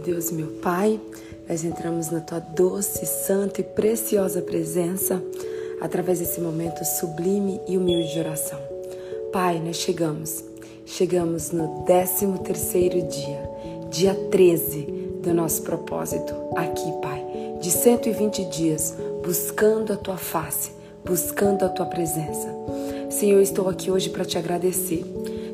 Deus, meu Pai, nós entramos na Tua doce, santa e preciosa presença através desse momento sublime e humilde de oração. Pai, nós chegamos no 13º dia 13 do nosso propósito aqui, Pai, de 120 dias, buscando a Tua face, buscando a Tua presença. Senhor, eu estou aqui hoje para te agradecer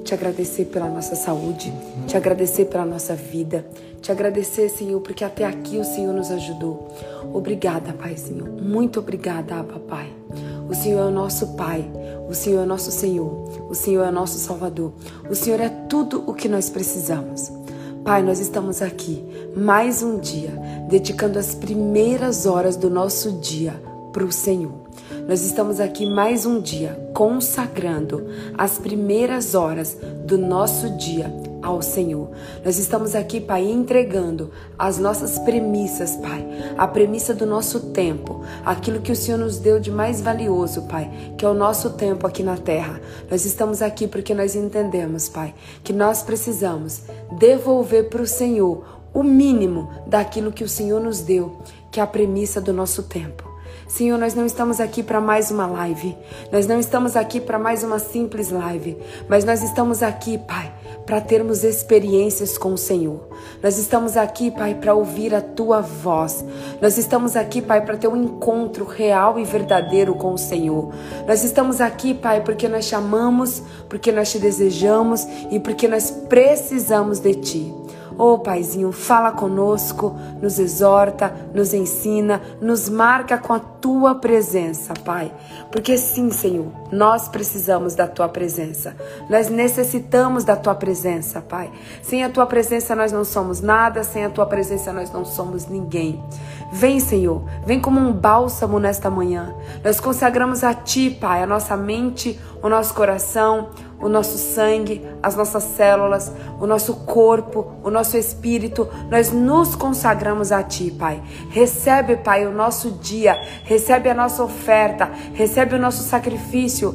pela nossa saúde, te agradecer pela nossa vida, te agradecer, Senhor, porque até aqui o Senhor nos ajudou. Obrigada, Paizinho, muito obrigada, Abba, Pai. O Senhor é o nosso Pai, o Senhor é o nosso Senhor, o Senhor é o nosso Salvador, o Senhor é tudo o que nós precisamos. Pai, nós estamos aqui mais um dia, dedicando as primeiras horas do nosso dia para o Senhor. Nós estamos aqui mais um dia consagrando as primeiras horas do nosso dia ao Senhor. Nós estamos aqui, Pai, entregando as nossas premissas, Pai, a premissa do nosso tempo, aquilo que o Senhor nos deu de mais valioso, Pai, que é o nosso tempo aqui na terra. Nós estamos aqui porque nós entendemos, Pai, que nós precisamos devolver para o Senhor o mínimo daquilo que o Senhor nos deu, que é a premissa do nosso tempo. Senhor, nós não estamos aqui para mais uma live, nós não estamos aqui para mais uma simples live, mas nós estamos aqui, Pai, para termos experiências com o Senhor. Nós estamos aqui, Pai, para ouvir a Tua voz. Nós estamos aqui, Pai, para ter um encontro real e verdadeiro com o Senhor. Nós estamos aqui, Pai, porque nós te amamos, porque nós te desejamos e porque nós precisamos de Ti. Ô Paizinho, fala conosco, nos exorta, nos ensina, nos marca com a Tua presença, Pai. Porque sim, Senhor, nós precisamos da Tua presença. Nós necessitamos da Tua presença, Pai. Sem a Tua presença nós não somos nada, sem a Tua presença nós não somos ninguém. Vem, Senhor, vem como um bálsamo nesta manhã. Nós consagramos a Ti, Pai, a nossa mente, o nosso coração, o nosso sangue, as nossas células, o nosso corpo, o nosso espírito. Nós nos consagramos a Ti, Pai. Recebe, Pai, o nosso dia, recebe a nossa oferta, recebe o nosso sacrifício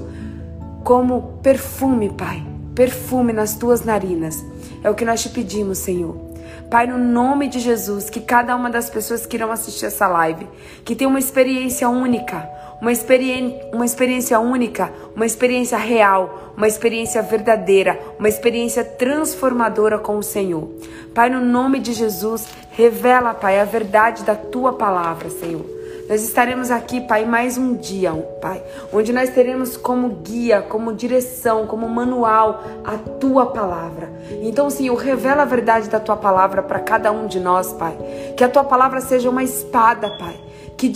como perfume, Pai, perfume nas Tuas narinas. É o que nós te pedimos, Senhor. Pai, no nome de Jesus, que cada uma das pessoas que irão assistir essa live, que tenha uma experiência única, uma experiência única, uma experiência real, uma experiência verdadeira, uma experiência transformadora com o Senhor. Pai, no nome de Jesus, revela, Pai, a verdade da Tua palavra, Senhor. Nós estaremos aqui, Pai, mais um dia, Pai, onde nós teremos como guia, como direção, como manual a Tua palavra. Então, Senhor, revela a verdade da Tua palavra para cada um de nós, Pai. Que a Tua palavra seja uma espada, Pai, que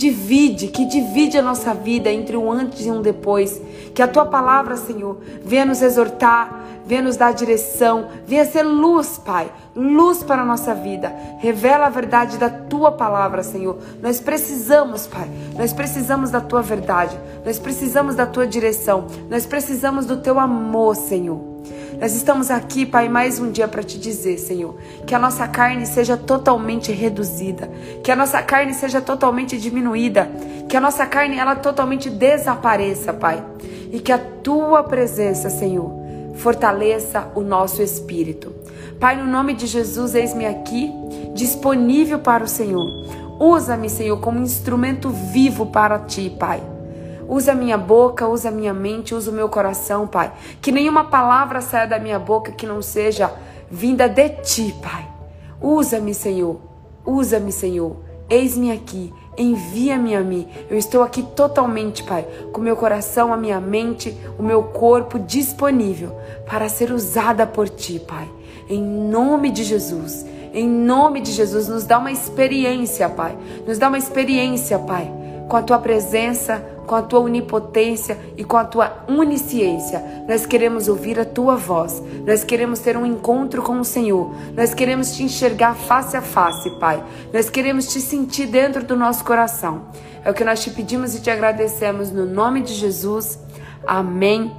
divide a nossa vida entre um antes e um depois. Que a Tua palavra, Senhor, venha nos exortar, venha nos dar direção, venha ser luz, Pai, luz para a nossa vida. Revela a verdade da Tua palavra, Senhor. Nós precisamos, Pai, nós precisamos da Tua verdade, nós precisamos da Tua direção, nós precisamos do Teu amor, Senhor. Nós estamos aqui, Pai, mais um dia para Te dizer, Senhor, que a nossa carne seja totalmente reduzida, que a nossa carne seja totalmente diminuída, que a nossa carne, ela totalmente desapareça, Pai, e que a Tua presença, Senhor, fortaleça o nosso espírito. Pai, no nome de Jesus, eis-me aqui, disponível para o Senhor. Usa-me, Senhor, como instrumento vivo para Ti, Pai. Usa a minha boca, usa a minha mente, usa o meu coração, Pai. Que nenhuma palavra saia da minha boca que não seja vinda de Ti, Pai. Usa-me, Senhor. Usa-me, Senhor. Eis-me aqui. Envia-me a mim. Eu estou aqui totalmente, Pai, com o meu coração, a minha mente, o meu corpo disponível para ser usada por Ti, Pai. Em nome de Jesus. Em nome de Jesus, nos dá uma experiência, Pai. Nos dá uma experiência, Pai, com a Tua presença, com a Tua onipotência e com a Tua onisciência. Nós queremos ouvir a Tua voz. Nós queremos ter um encontro com o Senhor. Nós queremos Te enxergar face a face, Pai. Nós queremos Te sentir dentro do nosso coração. É o que nós Te pedimos e Te agradecemos no nome de Jesus. Amém.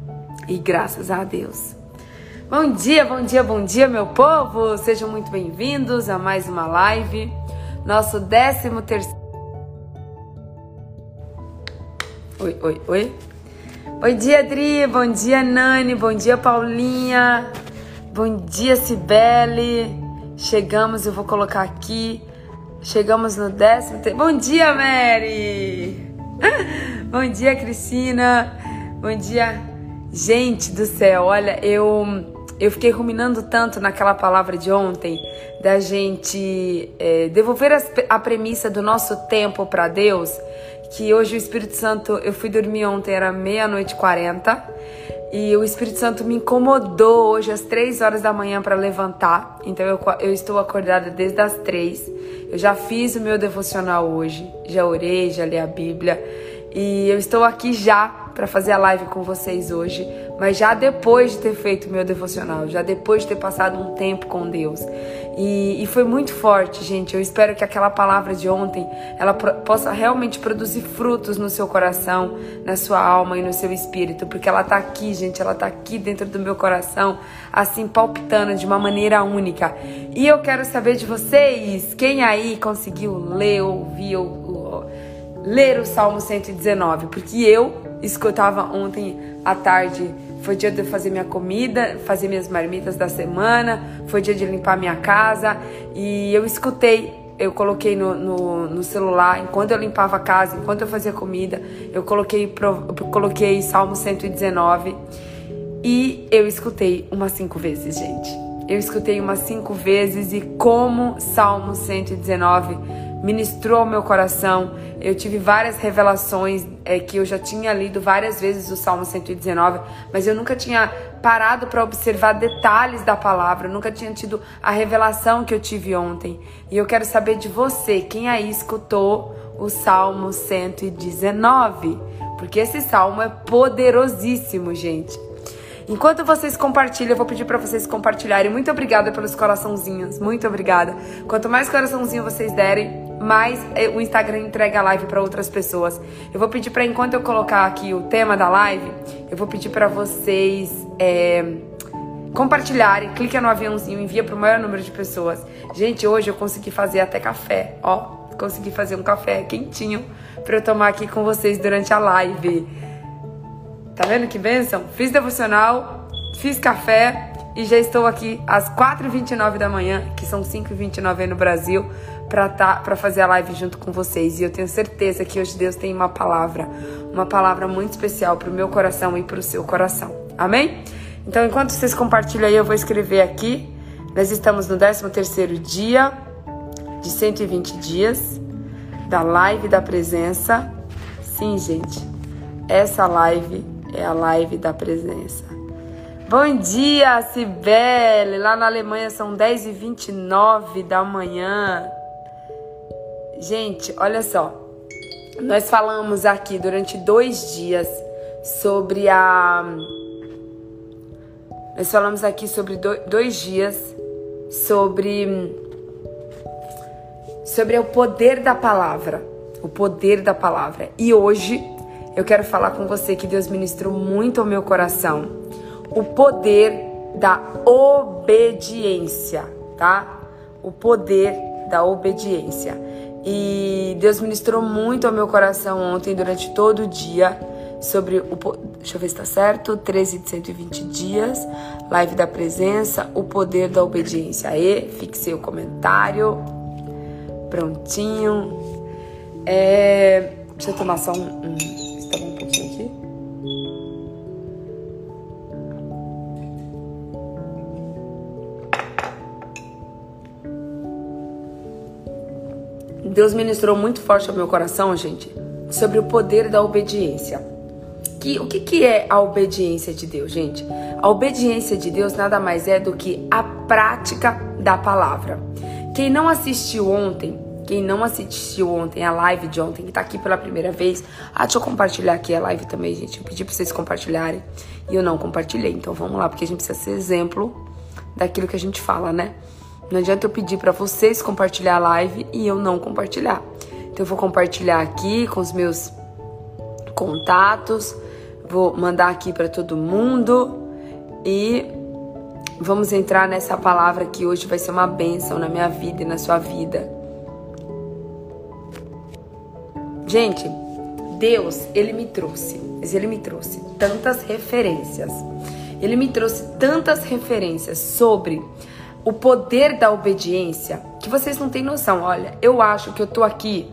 E graças a Deus. Bom dia, bom dia, bom dia, meu povo. Sejam muito bem-vindos a mais uma live. Nosso 13º... Oi. Bom dia, Adri. Bom dia, Nani. Bom dia, Paulinha. Bom dia, Cibele. Chegamos, eu vou colocar aqui. Chegamos no 10º. Bom dia, Mary! Bom dia, Cristina! Bom dia! Gente do céu, olha, eu fiquei ruminando tanto naquela palavra de ontem, da gente devolver a premissa do nosso tempo para Deus, que hoje o Espírito Santo, eu fui dormir ontem, era 00:40, e o Espírito Santo me incomodou hoje às 3 horas da manhã para levantar. Então eu estou acordada desde as 3. Eu já fiz o meu devocional hoje, já orei, já li a Bíblia. E eu estou aqui já para fazer a live com vocês hoje, mas já depois de ter feito o meu devocional, já depois de ter passado um tempo com Deus. E foi muito forte, gente. Eu espero que aquela palavra de ontem, ela possa realmente produzir frutos no seu coração, na sua alma e no seu espírito, porque ela tá aqui, gente, ela tá aqui dentro do meu coração, assim, palpitando de uma maneira única. E eu quero saber de vocês, quem aí conseguiu ler, ouvir, ler o Salmo 119, porque eu escutava ontem à tarde, foi dia de eu fazer minha comida, fazer minhas marmitas da semana, foi dia de limpar minha casa, e eu escutei, eu coloquei no celular, enquanto eu limpava a casa, enquanto eu fazia comida, eu coloquei Salmo 119, e eu escutei umas 5 vezes, gente. Eu escutei umas 5 vezes, e como Salmo 119 ministrou ao meu coração. Eu tive várias revelações, que eu já tinha lido várias vezes o Salmo 119, mas eu nunca tinha parado para observar detalhes da palavra, eu nunca tinha tido a revelação que eu tive ontem. E eu quero saber de você, quem aí escutou o Salmo 119? Porque esse salmo é poderosíssimo, gente. Enquanto vocês compartilham, eu vou pedir para vocês compartilharem. Muito obrigada pelos coraçãozinhos, muito obrigada. Quanto mais coraçãozinho vocês derem, mais o Instagram entrega a live para outras pessoas. Eu vou pedir para, enquanto eu colocar aqui o tema da live, eu vou pedir para vocês compartilharem. Clica no aviãozinho, envia para o maior número de pessoas. Gente, hoje eu consegui fazer até café, ó. Consegui fazer um café quentinho para eu tomar aqui com vocês durante a live. Tá vendo que bênção? Fiz devocional, fiz café e já estou aqui às 4h29 da manhã, que são 5h29 aí no Brasil, para fazer a live junto com vocês. E eu tenho certeza que hoje Deus tem uma palavra muito especial pro meu coração e pro seu coração. Amém? Então, enquanto vocês compartilham aí, eu vou escrever aqui. Nós estamos no 13º dia de 120 dias da live da presença. Sim, gente, essa live é a live da presença. Bom dia, Cibele. Lá na Alemanha são 10h29 da manhã. Gente, olha só. Nós falamos aqui durante 2 dias sobre Nós falamos aqui sobre 2 dias sobre o poder da palavra. O poder da palavra. E hoje eu quero falar com você que Deus ministrou muito ao meu coração. O poder da obediência, tá? O poder da obediência. E Deus ministrou muito ao meu coração ontem, durante todo o dia, sobre deixa eu ver se tá certo, 13 de 120 dias, live da presença, o poder da obediência. Aí, fixei o comentário, prontinho. Deixa eu tomar só estava um pouquinho aqui. Deus ministrou muito forte ao meu coração, gente, sobre o poder da obediência. O que é a obediência de Deus, gente? A obediência de Deus nada mais é do que a prática da palavra. Quem não assistiu ontem a live de ontem, que tá aqui pela primeira vez. Deixa eu compartilhar aqui a live também, gente. Eu pedi pra vocês compartilharem e eu não compartilhei. Então vamos lá, porque a gente precisa ser exemplo daquilo que a gente fala, né? Não adianta eu pedir pra vocês compartilhar a live e eu não compartilhar. Então eu vou compartilhar aqui com os meus contatos, vou mandar aqui pra todo mundo e vamos entrar nessa palavra que hoje vai ser uma bênção na minha vida e na sua vida. Gente, Deus, Ele me trouxe tantas referências. Ele me trouxe tantas referências sobre o poder da obediência, que vocês não têm noção. Olha, eu acho que eu tô aqui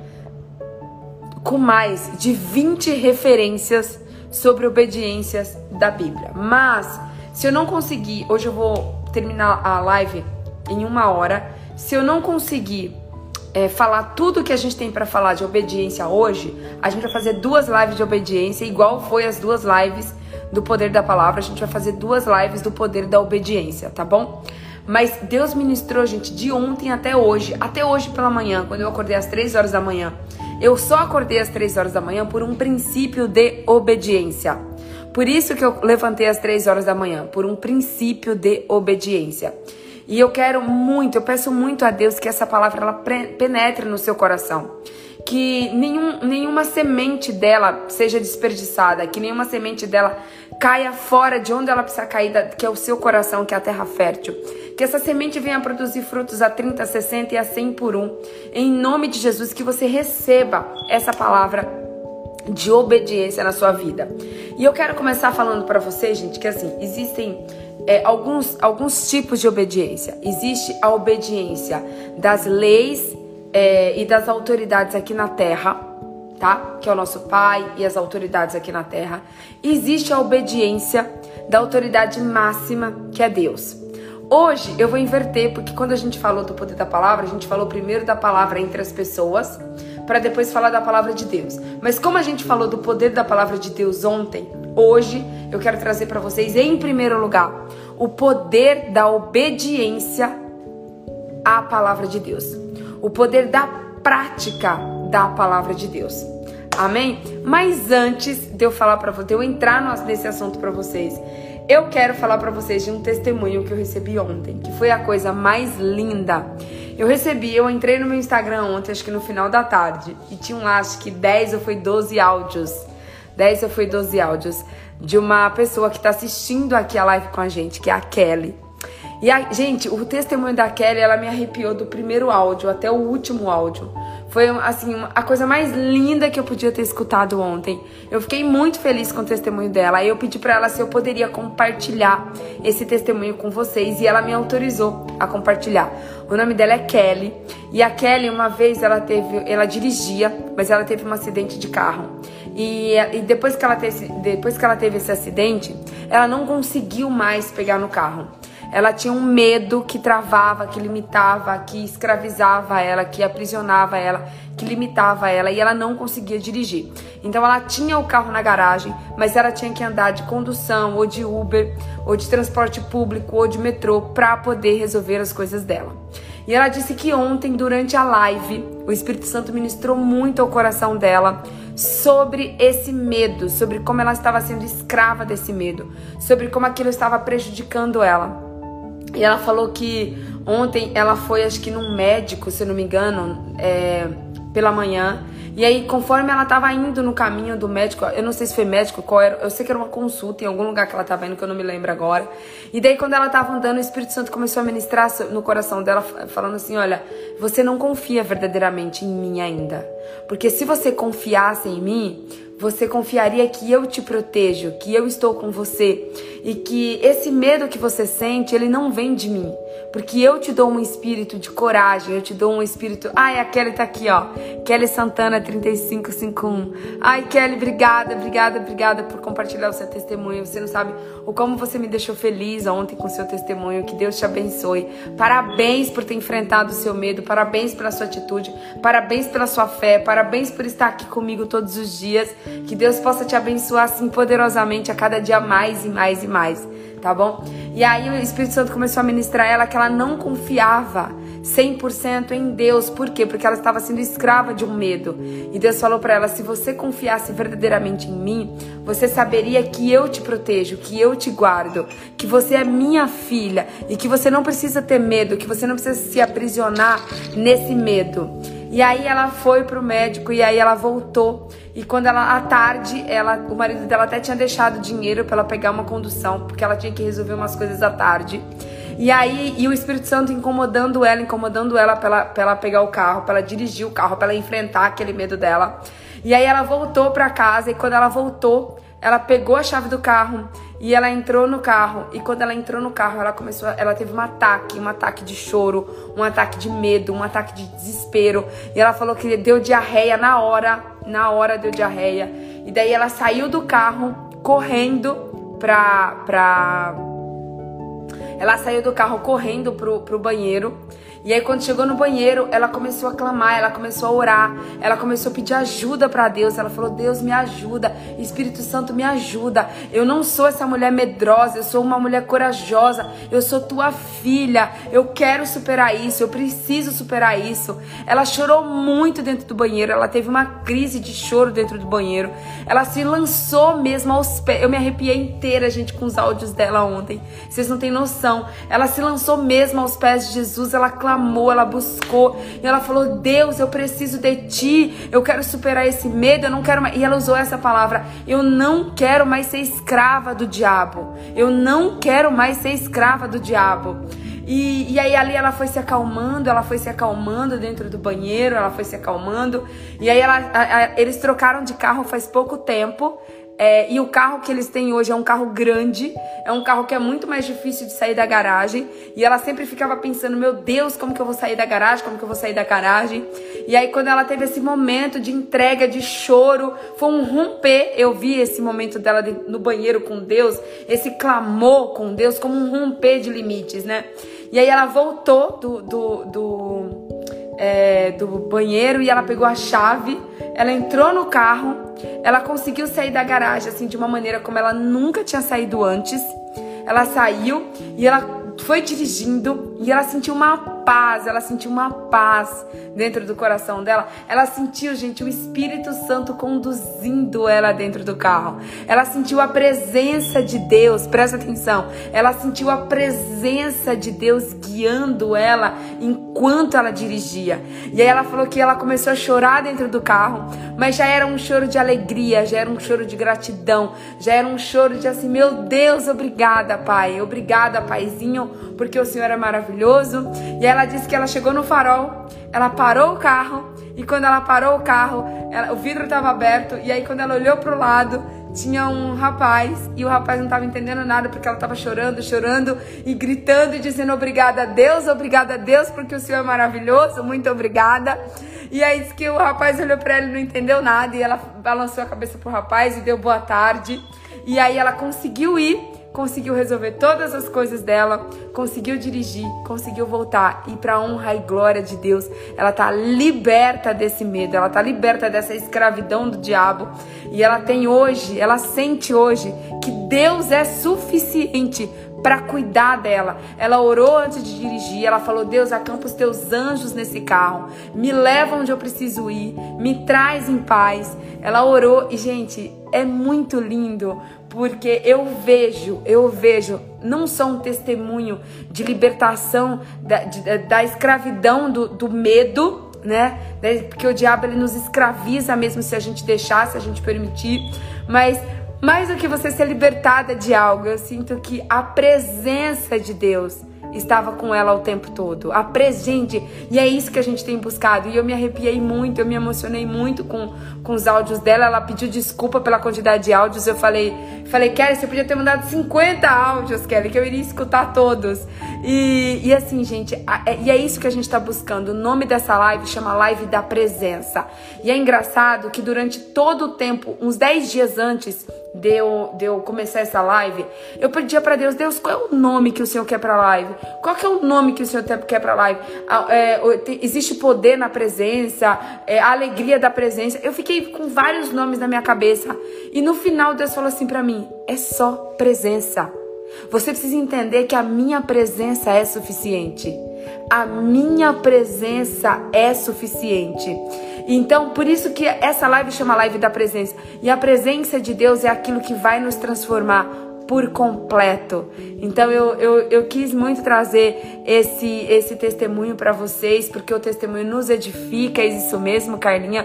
com mais de 20 referências sobre obediências da Bíblia. Mas, se eu não conseguir, hoje eu vou terminar a live em 1 hora, se eu não conseguir falar tudo que a gente tem para falar de obediência hoje, a gente vai fazer 2 lives de obediência, igual foi as 2 lives do poder da palavra. A gente vai fazer 2 lives do poder da obediência, tá bom? Mas Deus ministrou, gente, de ontem até hoje pela manhã, quando eu acordei às 3 horas da manhã. Eu só acordei às 3 horas da manhã por um princípio de obediência. Por isso que eu levantei às 3 horas da manhã, por um princípio de obediência. E eu peço muito a Deus que essa palavra ela penetre no seu coração. Que nenhuma semente dela seja desperdiçada, que nenhuma semente dela caia fora de onde ela precisa cair, que é o seu coração, que é a terra fértil. Que essa semente venha produzir frutos a 30, 60 e a 100 por 1. Em nome de Jesus, que você receba essa palavra de obediência na sua vida. E eu quero começar falando para vocês, gente, que assim, existem alguns tipos de obediência. Existe a obediência das leis e das autoridades aqui na terra, tá? Que é o nosso pai e as autoridades aqui na terra. Existe a obediência da autoridade máxima, que é Deus. Hoje eu vou inverter, porque quando a gente falou do poder da palavra, a gente falou primeiro da palavra entre as pessoas, para depois falar da palavra de Deus. Mas como a gente falou do poder da palavra de Deus ontem, hoje eu quero trazer para vocês, em primeiro lugar, o poder da obediência à palavra de Deus. O poder da prática da palavra de Deus. Amém? Mas antes de eu falar para vocês, de eu entrar nesse assunto para vocês, eu quero falar para vocês de um testemunho que eu recebi ontem, que foi a coisa mais linda. Eu entrei no meu Instagram ontem, acho que no final da tarde, e tinham lá, acho que 10 ou foi 12 áudios. 10 ou foi 12 áudios de uma pessoa que tá assistindo aqui a live com a gente, que é a Kelly. E, gente, o testemunho da Kelly, ela me arrepiou do primeiro áudio até o último áudio. Foi, assim, a coisa mais linda que eu podia ter escutado ontem. Eu fiquei muito feliz com o testemunho dela. Aí eu pedi pra ela se eu poderia compartilhar esse testemunho com vocês. E ela me autorizou a compartilhar. O nome dela é Kelly. E a Kelly, uma vez, ela dirigia, mas ela teve um acidente de carro. E depois que ela teve esse acidente, ela não conseguiu mais pegar no carro. Ela tinha um medo que travava, que limitava, que escravizava ela, que aprisionava ela, que limitava ela, e ela não conseguia dirigir. Então ela tinha o carro na garagem, mas ela tinha que andar de condução, ou de Uber, ou de transporte público, ou de metrô, para poder resolver as coisas dela. E ela disse que ontem, durante a live, o Espírito Santo ministrou muito ao coração dela sobre esse medo, sobre como ela estava sendo escrava desse medo, sobre como aquilo estava prejudicando ela. E ela falou que ontem ela foi, acho que num médico, se eu não me engano, pela manhã. E aí, conforme ela tava indo no caminho do médico, eu não sei se foi médico, qual era, eu sei que era uma consulta em algum lugar que ela tava indo, que eu não me lembro agora. E daí, quando ela tava andando, o Espírito Santo começou a ministrar no coração dela, falando assim, olha, você não confia verdadeiramente em mim ainda. Porque se você confiasse em mim, você confiaria que eu te protejo, que eu estou com você. E que esse medo que você sente, ele não vem de mim. Porque eu te dou um espírito de coragem, eu te dou um espírito... Ai, a Kelly tá aqui, ó. Kelly Santana, 3551. Ai, Kelly, obrigada por compartilhar o seu testemunho. Você não sabe o como você me deixou feliz ontem com o seu testemunho. Que Deus te abençoe. Parabéns por ter enfrentado o seu medo. Parabéns pela sua atitude. Parabéns pela sua fé. Parabéns por estar aqui comigo todos os dias. Que Deus possa te abençoar assim poderosamente a cada dia mais e mais e mais. Tá bom? E aí o Espírito Santo começou a ministrar ela que ela não confiava 100% em Deus. Por quê? Porque ela estava sendo escrava de um medo. E Deus falou para ela, se você confiasse verdadeiramente em mim, você saberia que eu te protejo, que eu te guardo, que você é minha filha e que você não precisa ter medo, que você não precisa se aprisionar nesse medo. E aí ela foi pro médico e aí ela voltou. E quando à tarde, o marido dela até tinha deixado dinheiro pra ela pegar uma condução, porque ela tinha que resolver umas coisas à tarde. E aí, o Espírito Santo incomodando ela pra ela pegar o carro, pra ela dirigir o carro, pra ela enfrentar aquele medo dela. E aí ela voltou pra casa e quando ela voltou, ela pegou a chave do carro e ela entrou no carro. E quando ela entrou no carro, ela teve um ataque de choro, um ataque de medo, um ataque de desespero. E ela falou que deu diarreia na hora deu diarreia. E daí ela saiu do carro correndo Ela saiu do carro correndo pro banheiro. E aí quando chegou no banheiro, ela começou a clamar, ela começou a orar, ela começou a pedir ajuda para Deus. Ela falou: Deus, me ajuda, Espírito Santo, me ajuda. Eu não sou essa mulher medrosa, eu sou uma mulher corajosa, eu sou tua filha, eu quero superar isso, eu preciso superar isso. Ela chorou muito dentro do banheiro, ela teve uma crise de choro dentro do banheiro. Ela se lançou mesmo aos pés. Eu me arrepiei inteira, gente, com os áudios dela ontem. Vocês não têm noção. Ela se lançou mesmo aos pés de Jesus, ela clamou, ela buscou, e ela falou: Deus, eu preciso de ti, eu quero superar esse medo, eu não quero mais. E ela usou essa palavra: eu não quero mais ser escrava do diabo, eu não quero mais ser escrava do diabo. E aí ali ela foi se acalmando dentro do banheiro, ela foi se acalmando, e aí eles trocaram de carro faz pouco tempo. E o carro que eles têm hoje é um carro grande, é um carro que é muito mais difícil de sair da garagem. E ela sempre ficava pensando: meu Deus, como que eu vou sair da garagem? Como que eu vou sair da garagem? E aí quando ela teve esse momento de entrega, de choro, foi um romper. Eu vi esse momento dela no banheiro com Deus, esse clamor com Deus, como um romper de limites, né? E aí ela voltou do banheiro e ela pegou a chave, ela entrou no carro, ela conseguiu sair da garagem assim de uma maneira como ela nunca tinha saído antes. Ela saiu e ela foi dirigindo e ela sentiu uma paz dentro do coração dela. Ela sentiu, gente, o Espírito Santo conduzindo ela dentro do carro. Ela sentiu a presença de Deus, presta atenção. Ela sentiu a presença de Deus guiando ela enquanto ela dirigia. E aí ela falou que ela começou a chorar dentro do carro, mas já era um choro de alegria, já era um choro de gratidão, já era um choro de assim: meu Deus, obrigada, Pai, obrigada, Paizinho, porque o Senhor é maravilhoso. E ela disse que ela chegou no farol, ela parou o carro, e quando ela parou o carro, o vidro estava aberto, e aí quando ela olhou para o lado, tinha um rapaz, e o rapaz não estava entendendo nada, porque ela estava chorando e gritando e dizendo: obrigada a Deus, porque o Senhor é maravilhoso, muito obrigada. E aí disse que o rapaz olhou para ela e não entendeu nada, e ela balançou a cabeça pro rapaz e deu boa tarde. E aí ela conseguiu resolver todas as coisas dela, conseguiu dirigir, conseguiu voltar, e para honra e glória de Deus, ela tá liberta desse medo, ela tá liberta dessa escravidão do diabo, e ela sente hoje que Deus é suficiente para cuidar dela. Ela orou antes de dirigir, ela falou: Deus, acampa os teus anjos nesse carro, me leva onde eu preciso ir, me traz em paz. Ela orou e, gente, é muito lindo, porque eu vejo não só um testemunho de libertação da escravidão do medo, né? Porque o diabo, ele nos escraviza mesmo se a gente deixar, se a gente permitir. Mas mais do que você ser libertada de algo, eu sinto que a presença de Deus estava com ela o tempo todo, presente, e é isso que a gente tem buscado. E eu me arrepiei muito, eu me emocionei muito com os áudios dela. Ela pediu desculpa pela quantidade de áudios. Eu falei: Kelly, você podia ter mandado 50 áudios, Kelly, que eu iria escutar todos. E assim, gente, e é isso que a gente está buscando. O nome dessa live chama Live da Presença. E é engraçado que durante todo o tempo, uns 10 dias antes de eu começar essa live, eu pedia para Deus: Deus, qual é o nome que o Senhor quer para a live? Qual que é o nome que o Senhor quer para a live? Existe poder na presença, a alegria da presença. Eu fiquei com vários nomes na minha cabeça, e no final Deus falou assim para mim: é só presença. Você precisa entender que a minha presença é suficiente. A minha presença é suficiente. Então, por isso que essa live chama Live da Presença. E a presença de Deus é aquilo que vai nos transformar por completo. Então eu quis muito trazer esse testemunho para vocês, porque o testemunho nos edifica, é isso mesmo, Carlinha.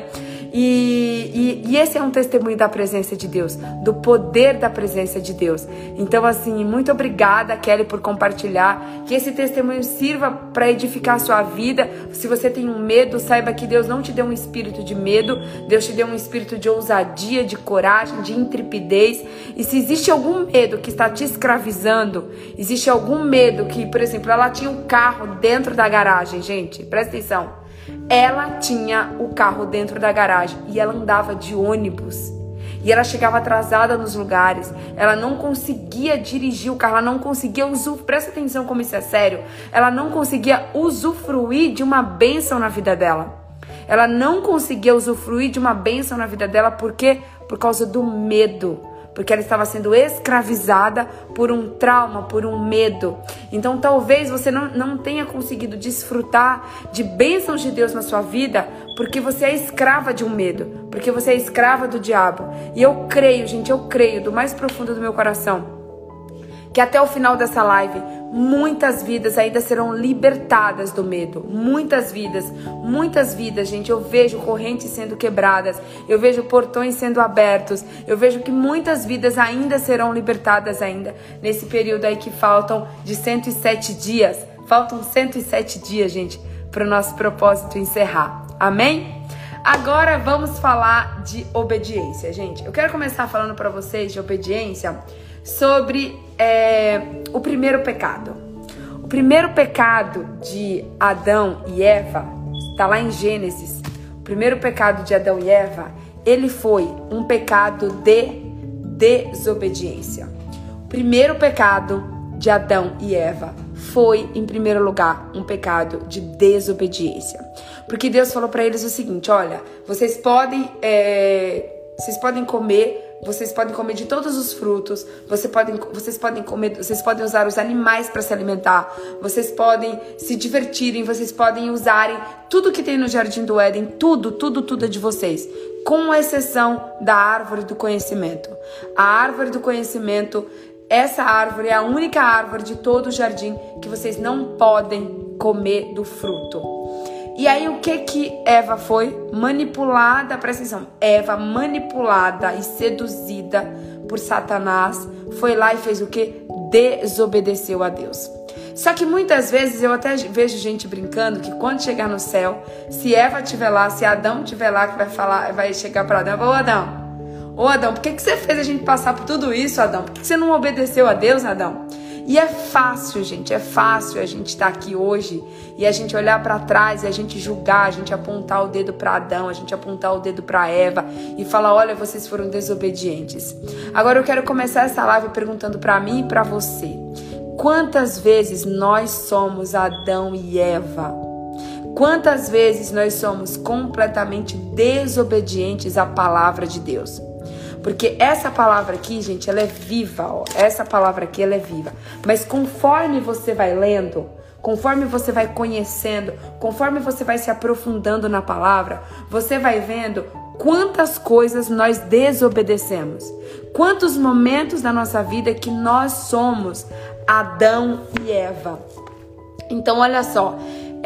E esse é um testemunho da presença de Deus, do poder da presença de Deus. Então, assim, muito obrigada, Kelly, por compartilhar. Que esse testemunho sirva para edificar a sua vida. Se você tem um medo, saiba que Deus não te deu um espírito de medo. Deus te deu um espírito de ousadia, de coragem, de intrepidez. E se existe algum medo que está te escravizando, existe algum medo que, por exemplo, ela tinha um carro dentro da garagem, gente, presta atenção. Ela tinha o carro dentro da garagem e ela andava de ônibus. E ela chegava atrasada nos lugares. Ela não conseguia dirigir o carro. Ela não conseguia usufruir. Presta atenção como isso é sério. Ela não conseguia usufruir de uma bênção na vida dela. Ela não conseguia usufruir de uma bênção na vida dela. Por quê? Por causa do medo. Porque ela estava sendo escravizada por um trauma, por um medo. Então talvez você não tenha conseguido desfrutar de bênçãos de Deus na sua vida, porque você é escrava de um medo, porque você é escrava do diabo. E eu creio, gente, eu creio do mais profundo do meu coração, que até o final dessa live, muitas vidas ainda serão libertadas do medo. Muitas vidas, gente. Eu vejo correntes sendo quebradas. Eu vejo portões sendo abertos. Eu vejo que muitas vidas ainda serão libertadas ainda. Nesse período aí que faltam de 107 dias. Faltam 107 dias, gente, para o nosso propósito encerrar. Amém? Agora vamos falar de obediência, gente. Eu quero começar falando para vocês de obediência sobre o primeiro pecado. O primeiro pecado de Adão e Eva, está lá em Gênesis. O primeiro pecado de Adão e Eva, ele foi um pecado de desobediência. O primeiro pecado de Adão e Eva foi, em primeiro lugar, um pecado de desobediência. Porque Deus falou para eles o seguinte: olha, vocês podem comer de todos os frutos, vocês podem usar os animais para se alimentar, vocês podem se divertirem, vocês podem usarem tudo que tem no Jardim do Éden, tudo é de vocês, com exceção da árvore do conhecimento. A árvore do conhecimento, essa árvore é a única árvore de todo o jardim que vocês não podem comer do fruto. E aí o que Eva foi? Manipulada, presta atenção, Eva manipulada e seduzida por Satanás, foi lá e fez o que? Desobedeceu a Deus. Só que muitas vezes eu até vejo gente brincando que quando chegar no céu, se Eva estiver lá, se Adão estiver lá, que vai chegar para Adão, ô Adão, por que você fez a gente passar por tudo isso, Adão? Por que você não obedeceu a Deus, Adão? E é fácil, gente, é fácil a gente estar aqui hoje e a gente olhar para trás e a gente julgar, a gente apontar o dedo para Adão, a gente apontar o dedo para Eva e falar: olha, vocês foram desobedientes. Agora eu quero começar essa live perguntando para mim e para você: quantas vezes nós somos Adão e Eva? Quantas vezes nós somos completamente desobedientes à palavra de Deus? Porque essa palavra aqui, gente, ela é viva, ó. Essa palavra aqui, ela é viva. Mas conforme você vai lendo, conforme você vai conhecendo, conforme você vai se aprofundando na palavra, você vai vendo quantas coisas nós desobedecemos. Quantos momentos da nossa vida que nós somos Adão e Eva. Então, olha só.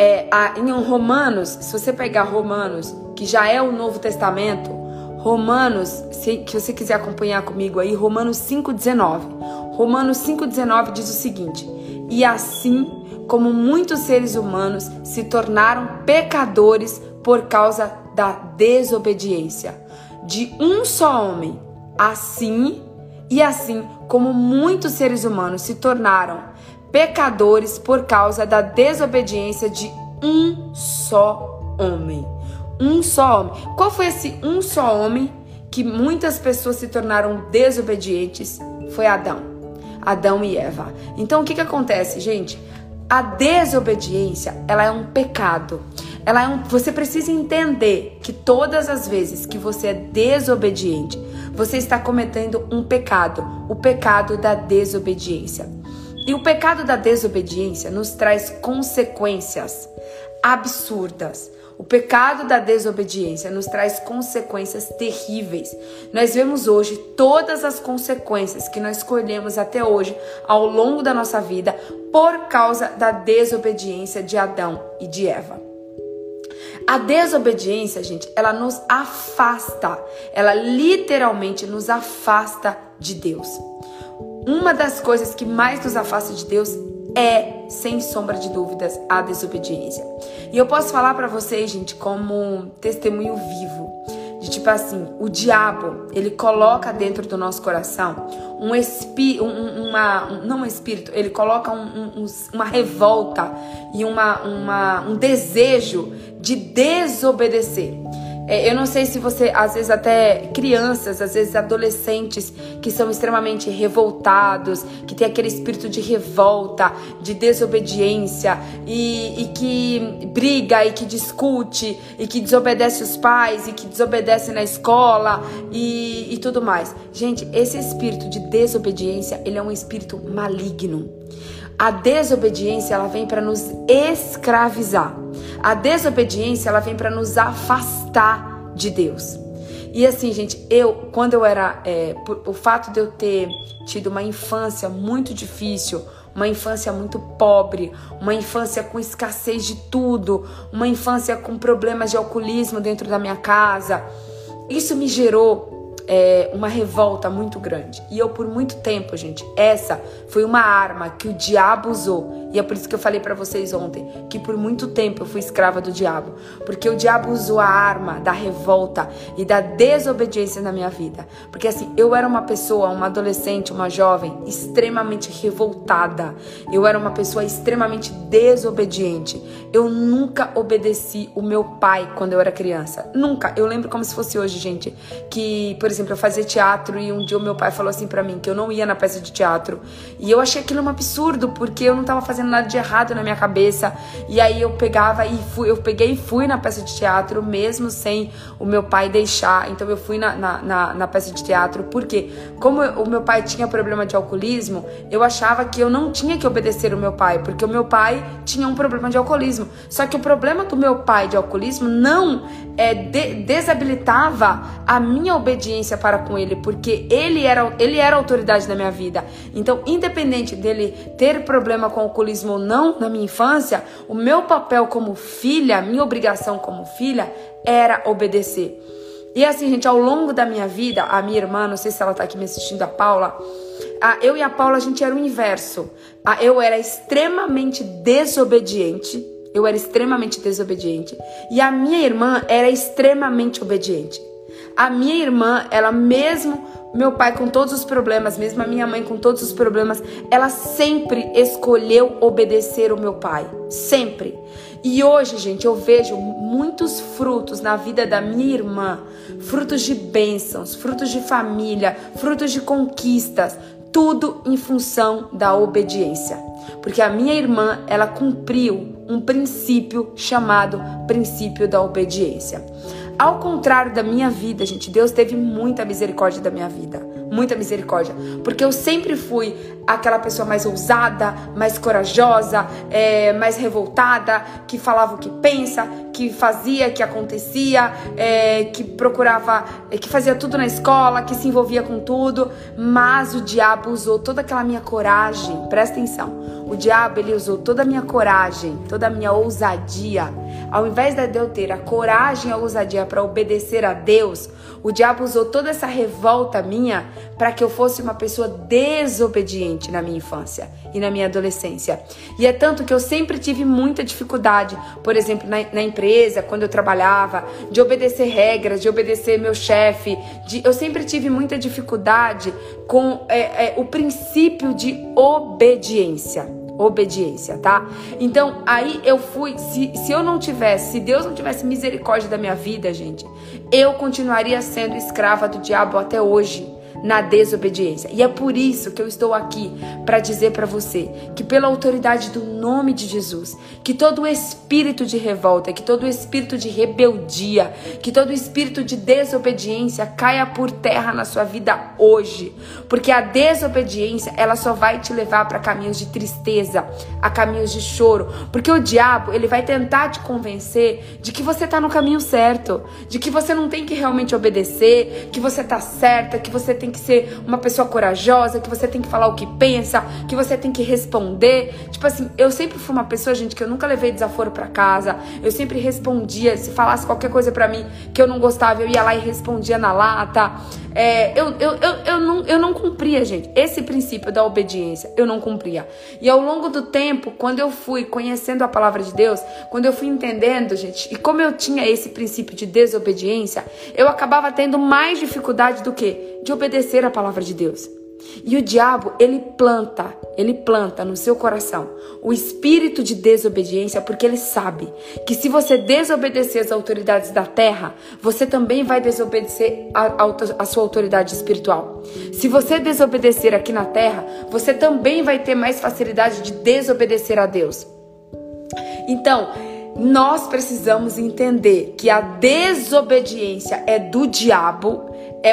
Em Romanos, se você pegar Romanos, que já é o Novo Testamento, Romanos, se você quiser acompanhar comigo aí, Romanos 5,19. Romanos 5,19 diz o seguinte: e assim como muitos seres humanos se tornaram pecadores por causa da desobediência de um só homem, assim como muitos seres humanos se tornaram pecadores por causa da desobediência de um só homem. Um só homem. Qual foi esse um só homem que muitas pessoas se tornaram desobedientes? Foi Adão e Eva. Então o que acontece, gente? A desobediência, ela é um pecado. Você precisa entender que todas as vezes que você é desobediente, você está cometendo um pecado, o pecado da desobediência. E o pecado da desobediência nos traz consequências absurdas. O pecado da desobediência nos traz consequências terríveis. Nós vemos hoje todas as consequências que nós colhemos até hoje ao longo da nossa vida por causa da desobediência de Adão e de Eva. A desobediência, gente, ela nos afasta. Ela literalmente nos afasta de Deus. Uma das coisas que mais nos afasta de Deus é, sem sombra de dúvidas, a desobediência. E eu posso falar pra vocês, gente, como testemunho vivo, de tipo assim, o diabo, ele coloca dentro do nosso coração ele coloca uma revolta e um desejo de desobedecer. Eu não sei se você, às vezes até crianças, às vezes adolescentes que são extremamente revoltados, que tem aquele espírito de revolta, de desobediência e que briga e que discute e que desobedece os pais e que desobedece na escola e tudo mais. Gente, esse espírito de desobediência, ele é um espírito maligno. A desobediência, ela vem para nos escravizar. A desobediência, ela vem para nos afastar de Deus. E assim, gente, quando eu era... o fato de eu ter tido uma infância muito difícil, uma infância muito pobre, uma infância com escassez de tudo, uma infância com problemas de alcoolismo dentro da minha casa, isso me gerou uma revolta muito grande. E eu, por muito tempo, gente, essa foi uma arma que o diabo usou. E é por isso que eu falei pra vocês ontem, que por muito tempo eu fui escrava do diabo. Porque o diabo usou a arma da revolta e da desobediência na minha vida. Porque assim, eu era uma pessoa, uma adolescente, uma jovem, extremamente revoltada. Eu era uma pessoa extremamente desobediente. Eu nunca obedeci o meu pai quando eu era criança. Nunca. Eu lembro como se fosse hoje, gente, que, por exemplo, eu fazia teatro e um dia o meu pai falou assim pra mim que eu não ia na peça de teatro. E eu achei aquilo um absurdo, porque eu não tava fazendo nada de errado na minha cabeça. E aí eu peguei e fui na peça de teatro, mesmo sem o meu pai deixar. Então eu fui na peça de teatro, porque como o meu pai tinha problema de alcoolismo, eu achava que eu não tinha que obedecer o meu pai, porque o meu pai tinha um problema de alcoolismo. Só que o problema do meu pai de alcoolismo não desabilitava a minha obediência para com ele, porque ele era a autoridade na minha vida. Então, independente dele ter problema com alcoolismo ou não na minha infância, o meu papel como filha, minha obrigação como filha era obedecer. E assim, gente, ao longo da minha vida, a minha irmã, não sei se ela tá aqui me assistindo, a Paula, eu e a Paula, a gente era o inverso. Eu era extremamente desobediente. E a minha irmã era extremamente obediente. A minha irmã, ela mesmo, meu pai com todos os problemas, mesmo a minha mãe com todos os problemas, ela sempre escolheu obedecer o meu pai. Sempre. E hoje, gente, eu vejo muitos frutos na vida da minha irmã. Frutos de bênçãos, frutos de família, frutos de conquistas. Tudo em função da obediência. Porque a minha irmã, ela cumpriu um princípio chamado princípio da obediência. Ao contrário da minha vida, gente, Deus teve muita misericórdia da minha vida. Muita misericórdia. Porque eu sempre fui aquela pessoa mais ousada, mais corajosa, mais revoltada, que falava o que pensa, que fazia, que acontecia, que procurava, que fazia tudo na escola, que se envolvia com tudo. Mas o diabo usou toda aquela minha coragem. Presta atenção. O diabo, ele usou toda a minha coragem, toda a minha ousadia. Ao invés de eu ter a coragem e a ousadia para obedecer a Deus, o diabo usou toda essa revolta minha para que eu fosse uma pessoa desobediente na minha infância e na minha adolescência. E é tanto que eu sempre tive muita dificuldade, por exemplo, na empresa, quando eu trabalhava, de obedecer regras, de obedecer meu chefe. Eu sempre tive muita dificuldade com o princípio de obediência. Obediência, tá? Então, aí eu fui, se Deus não tivesse misericórdia da minha vida, gente, eu continuaria sendo escrava do diabo até hoje. na desobediência. E é por isso que eu estou aqui para dizer para você que pela autoridade do nome de Jesus, que todo espírito de revolta, que todo espírito de rebeldia, que todo espírito de desobediência caia por terra na sua vida hoje. Porque a desobediência, ela só vai te levar para caminhos de tristeza, a caminhos de choro. Porque o diabo, ele vai tentar te convencer de que você está no caminho certo, de que você não tem que realmente obedecer, que você tá certa, que você tem que ser uma pessoa corajosa, que você tem que falar o que pensa, que você tem que responder. Tipo assim, eu sempre fui uma pessoa, gente, que eu nunca levei desaforo pra casa, eu sempre respondia, se falasse qualquer coisa pra mim que eu não gostava, eu ia lá e respondia na lata. Eu não cumpria, gente, esse princípio da obediência, eu não cumpria. E ao longo do tempo, quando eu fui conhecendo a palavra de Deus, quando eu fui entendendo, gente, e como eu tinha esse princípio de desobediência, eu acabava tendo mais dificuldade do que de obedecer a palavra de Deus. E o diabo, ele planta no seu coração o espírito de desobediência, porque ele sabe que se você desobedecer as autoridades da terra, você também vai desobedecer a sua autoridade espiritual. Se você desobedecer aqui na terra, você também vai ter mais facilidade de desobedecer a Deus. Então, nós precisamos entender que a desobediência é do diabo,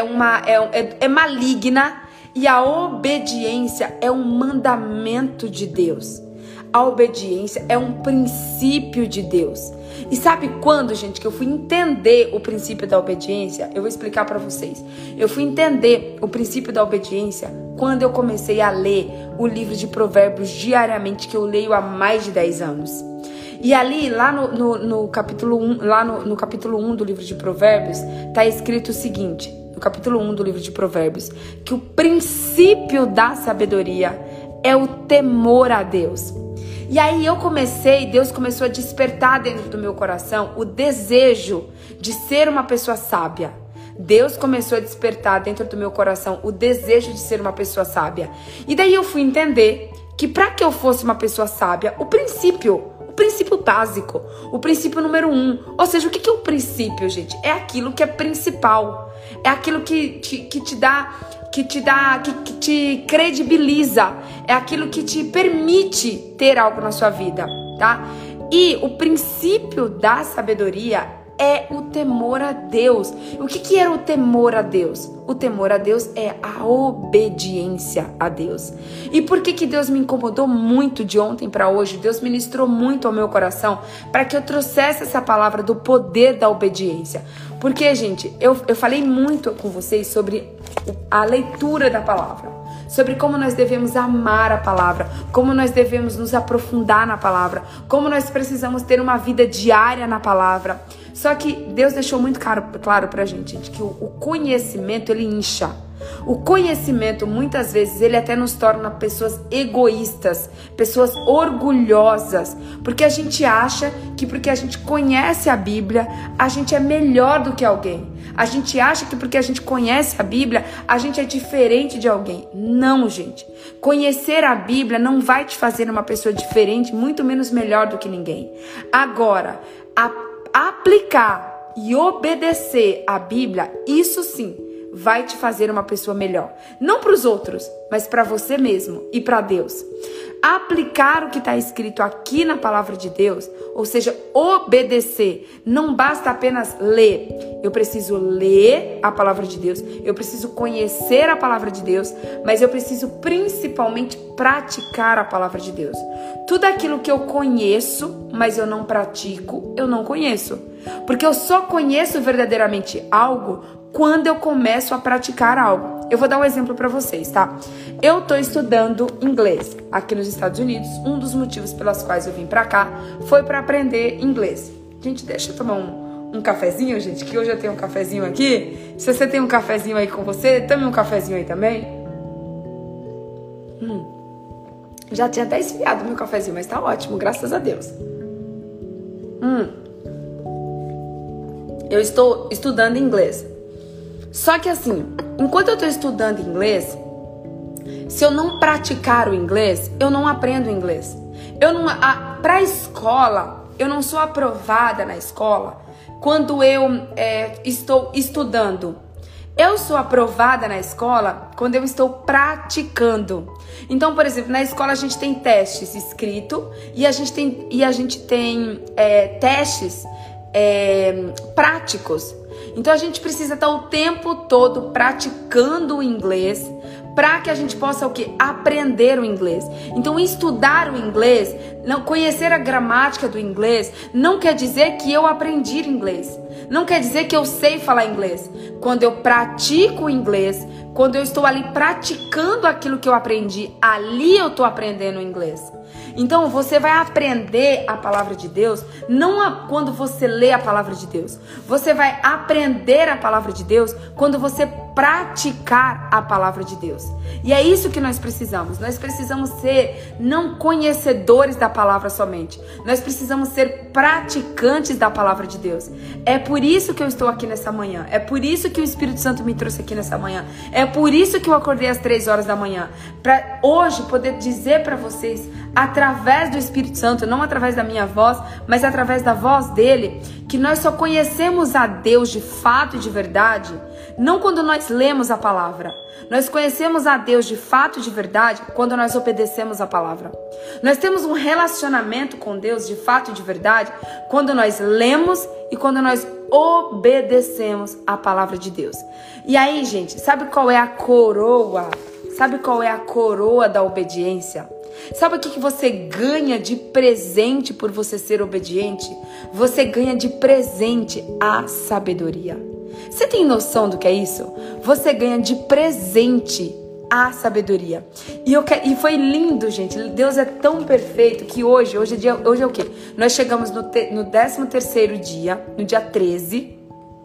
é maligna, e a obediência é um mandamento de Deus. A obediência é um princípio de Deus. E sabe quando, gente, que eu fui entender o princípio da obediência? Eu vou explicar para vocês. Eu fui entender o princípio da obediência quando eu comecei a ler o livro de Provérbios diariamente, que eu leio há mais de 10 anos. E ali, lá no capítulo 1, no capítulo 1 do livro de Provérbios, está escrito o seguinte, no capítulo 1 do livro de Provérbios, que o princípio da sabedoria é o temor a Deus. E aí Deus começou a despertar dentro do meu coração o desejo de ser uma pessoa sábia. Deus começou a despertar dentro do meu coração o desejo de ser uma pessoa sábia. E daí eu fui entender que para que eu fosse uma pessoa sábia, o princípio básico, o princípio número 1. Ou seja, o que é o princípio, gente? É aquilo que é principal. É aquilo que te credibiliza. É aquilo que te permite ter algo na sua vida, tá? E o princípio da sabedoria é o temor a Deus. O que era o temor a Deus? O temor a Deus é a obediência a Deus. E por que Deus me incomodou muito de ontem para hoje? Deus ministrou muito ao meu coração para que eu trouxesse essa palavra do poder da obediência. Porque, gente, eu falei muito com vocês sobre a leitura da palavra, sobre como nós devemos amar a palavra, como nós devemos nos aprofundar na palavra, como nós precisamos ter uma vida diária na palavra. Só que Deus deixou muito claro pra gente que o conhecimento, ele incha. O conhecimento, muitas vezes, ele até nos torna pessoas egoístas, pessoas orgulhosas, porque a gente acha que porque a gente conhece a Bíblia, a gente é melhor do que alguém. A gente acha que porque a gente conhece a Bíblia, a gente é diferente de alguém. Não, gente. Conhecer a Bíblia não vai te fazer uma pessoa diferente, muito menos melhor do que ninguém. Agora, aplicar e obedecer a Bíblia, isso sim vai te fazer uma pessoa melhor. Não para os outros, mas para você mesmo e para Deus. Aplicar o que está escrito aqui na palavra de Deus, ou seja, obedecer. Não basta apenas ler. Eu preciso ler a palavra de Deus, eu preciso conhecer a palavra de Deus, mas eu preciso principalmente praticar a palavra de Deus. Tudo aquilo que eu conheço, mas eu não pratico, eu não conheço. Porque eu só conheço verdadeiramente algo quando eu começo a praticar algo. Eu vou dar um exemplo para vocês, tá? Eu tô estudando inglês aqui nos Estados Unidos. Um dos motivos pelos quais eu vim pra cá foi para aprender inglês. Gente, deixa eu tomar um cafezinho, gente, que hoje eu tenho um cafezinho aqui. Se você tem um cafezinho aí com você, tome um cafezinho aí também. Já tinha até esfriado o meu cafezinho, mas tá ótimo, graças a Deus. Eu estou estudando inglês. Só que assim, enquanto eu estou estudando inglês, se eu não praticar o inglês, eu não aprendo inglês. Para a escola, eu não sou aprovada na escola quando eu estou estudando Eu sou aprovada na escola quando eu estou praticando. Então, por exemplo, na escola a gente tem testes escrito e a gente tem testes práticos. Então a gente precisa estar o tempo todo praticando o inglês para que a gente possa o quê? Aprender o inglês. Então estudar o inglês, não conhecer a gramática do inglês, não quer dizer que eu aprendi inglês. Não quer dizer que eu sei falar inglês. Quando eu pratico o inglês, quando eu estou ali praticando aquilo que eu aprendi, ali eu estou aprendendo o inglês. Então você vai aprender a palavra de Deus não quando você lê a palavra de Deus. Você vai aprender a palavra de Deus quando você praticar a palavra de Deus. E é isso que nós precisamos. Nós precisamos ser não conhecedores da palavra somente. Nós precisamos ser praticantes da palavra de Deus. É por isso que eu estou aqui nessa manhã. É por isso que o Espírito Santo me trouxe aqui nessa manhã. É por isso que eu acordei às 3 horas da manhã. Para hoje poder dizer para vocês, através do Espírito Santo, não através da minha voz, mas através da voz dele, que nós só conhecemos a Deus de fato e de verdade, não quando nós lemos a palavra. Nós conhecemos a Deus de fato e de verdade quando nós obedecemos a palavra. Nós temos um relacionamento com Deus de fato e de verdade quando nós lemos e quando nós obedecemos a palavra de Deus. E aí, gente, sabe qual é a coroa? Sabe qual é a coroa da obediência? Sabe o que você ganha de presente por você ser obediente? Você ganha de presente a sabedoria. Você tem noção do que é isso? Você ganha de presente a sabedoria. E foi lindo, gente. Deus é tão perfeito que hoje é o quê? Nós chegamos no 13º dia, no dia 13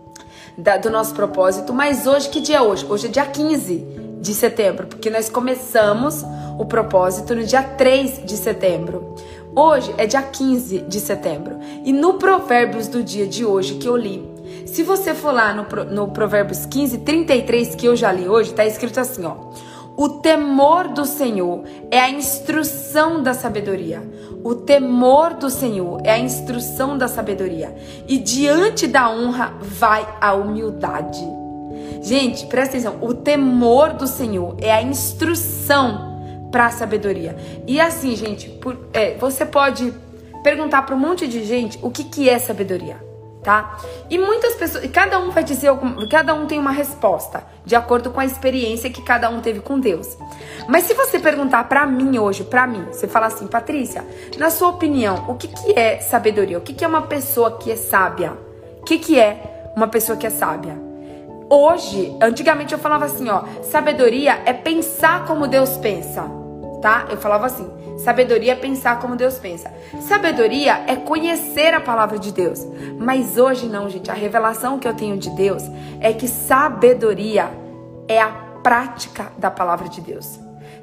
do nosso propósito. Mas hoje, que dia é hoje? Hoje é dia 15 de setembro, porque nós começamos o propósito no dia 3 de setembro. Hoje é dia 15 de setembro. E no Provérbios do dia de hoje que eu li, se você for lá no Provérbios 15, 33, que eu já li hoje, tá escrito assim, ó: o temor do Senhor é a instrução da sabedoria. O temor do Senhor é a instrução da sabedoria. E diante da honra vai a humildade. Gente, presta atenção. O temor do Senhor é a instrução para a sabedoria. E assim, gente, você pode perguntar para um monte de gente o que é sabedoria, tá? E muitas pessoas, cada um vai dizer, cada um tem uma resposta de acordo com a experiência que cada um teve com Deus. Mas se você perguntar para mim hoje, você falar assim: Patrícia, na sua opinião, o que é sabedoria? O que é uma pessoa que é sábia? O que é uma pessoa que é sábia? Hoje, antigamente eu falava assim, ó: sabedoria é pensar como Deus pensa, tá? Eu falava assim: sabedoria é pensar como Deus pensa. Sabedoria é conhecer a palavra de Deus. Mas hoje não, gente. A revelação que eu tenho de Deus é que sabedoria é a prática da palavra de Deus.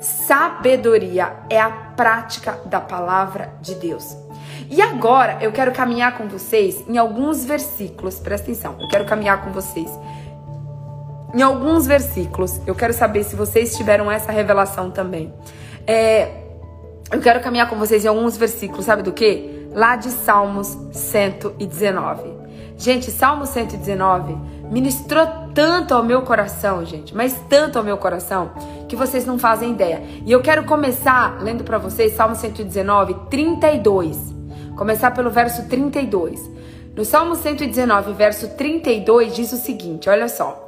Sabedoria é a prática da palavra de Deus. E agora eu quero caminhar com vocês em alguns versículos. Presta atenção, eu quero caminhar com vocês em alguns versículos. Eu quero saber se vocês tiveram essa revelação também. Eu quero caminhar com vocês em alguns versículos, sabe do quê? Lá de Salmos 119. Gente, Salmo 119 ministrou tanto ao meu coração, gente, mas tanto ao meu coração, que vocês não fazem ideia. E eu quero começar lendo pra vocês Salmo 119, 32. Começar pelo verso 32. No Salmo 119, verso 32, diz o seguinte, olha só.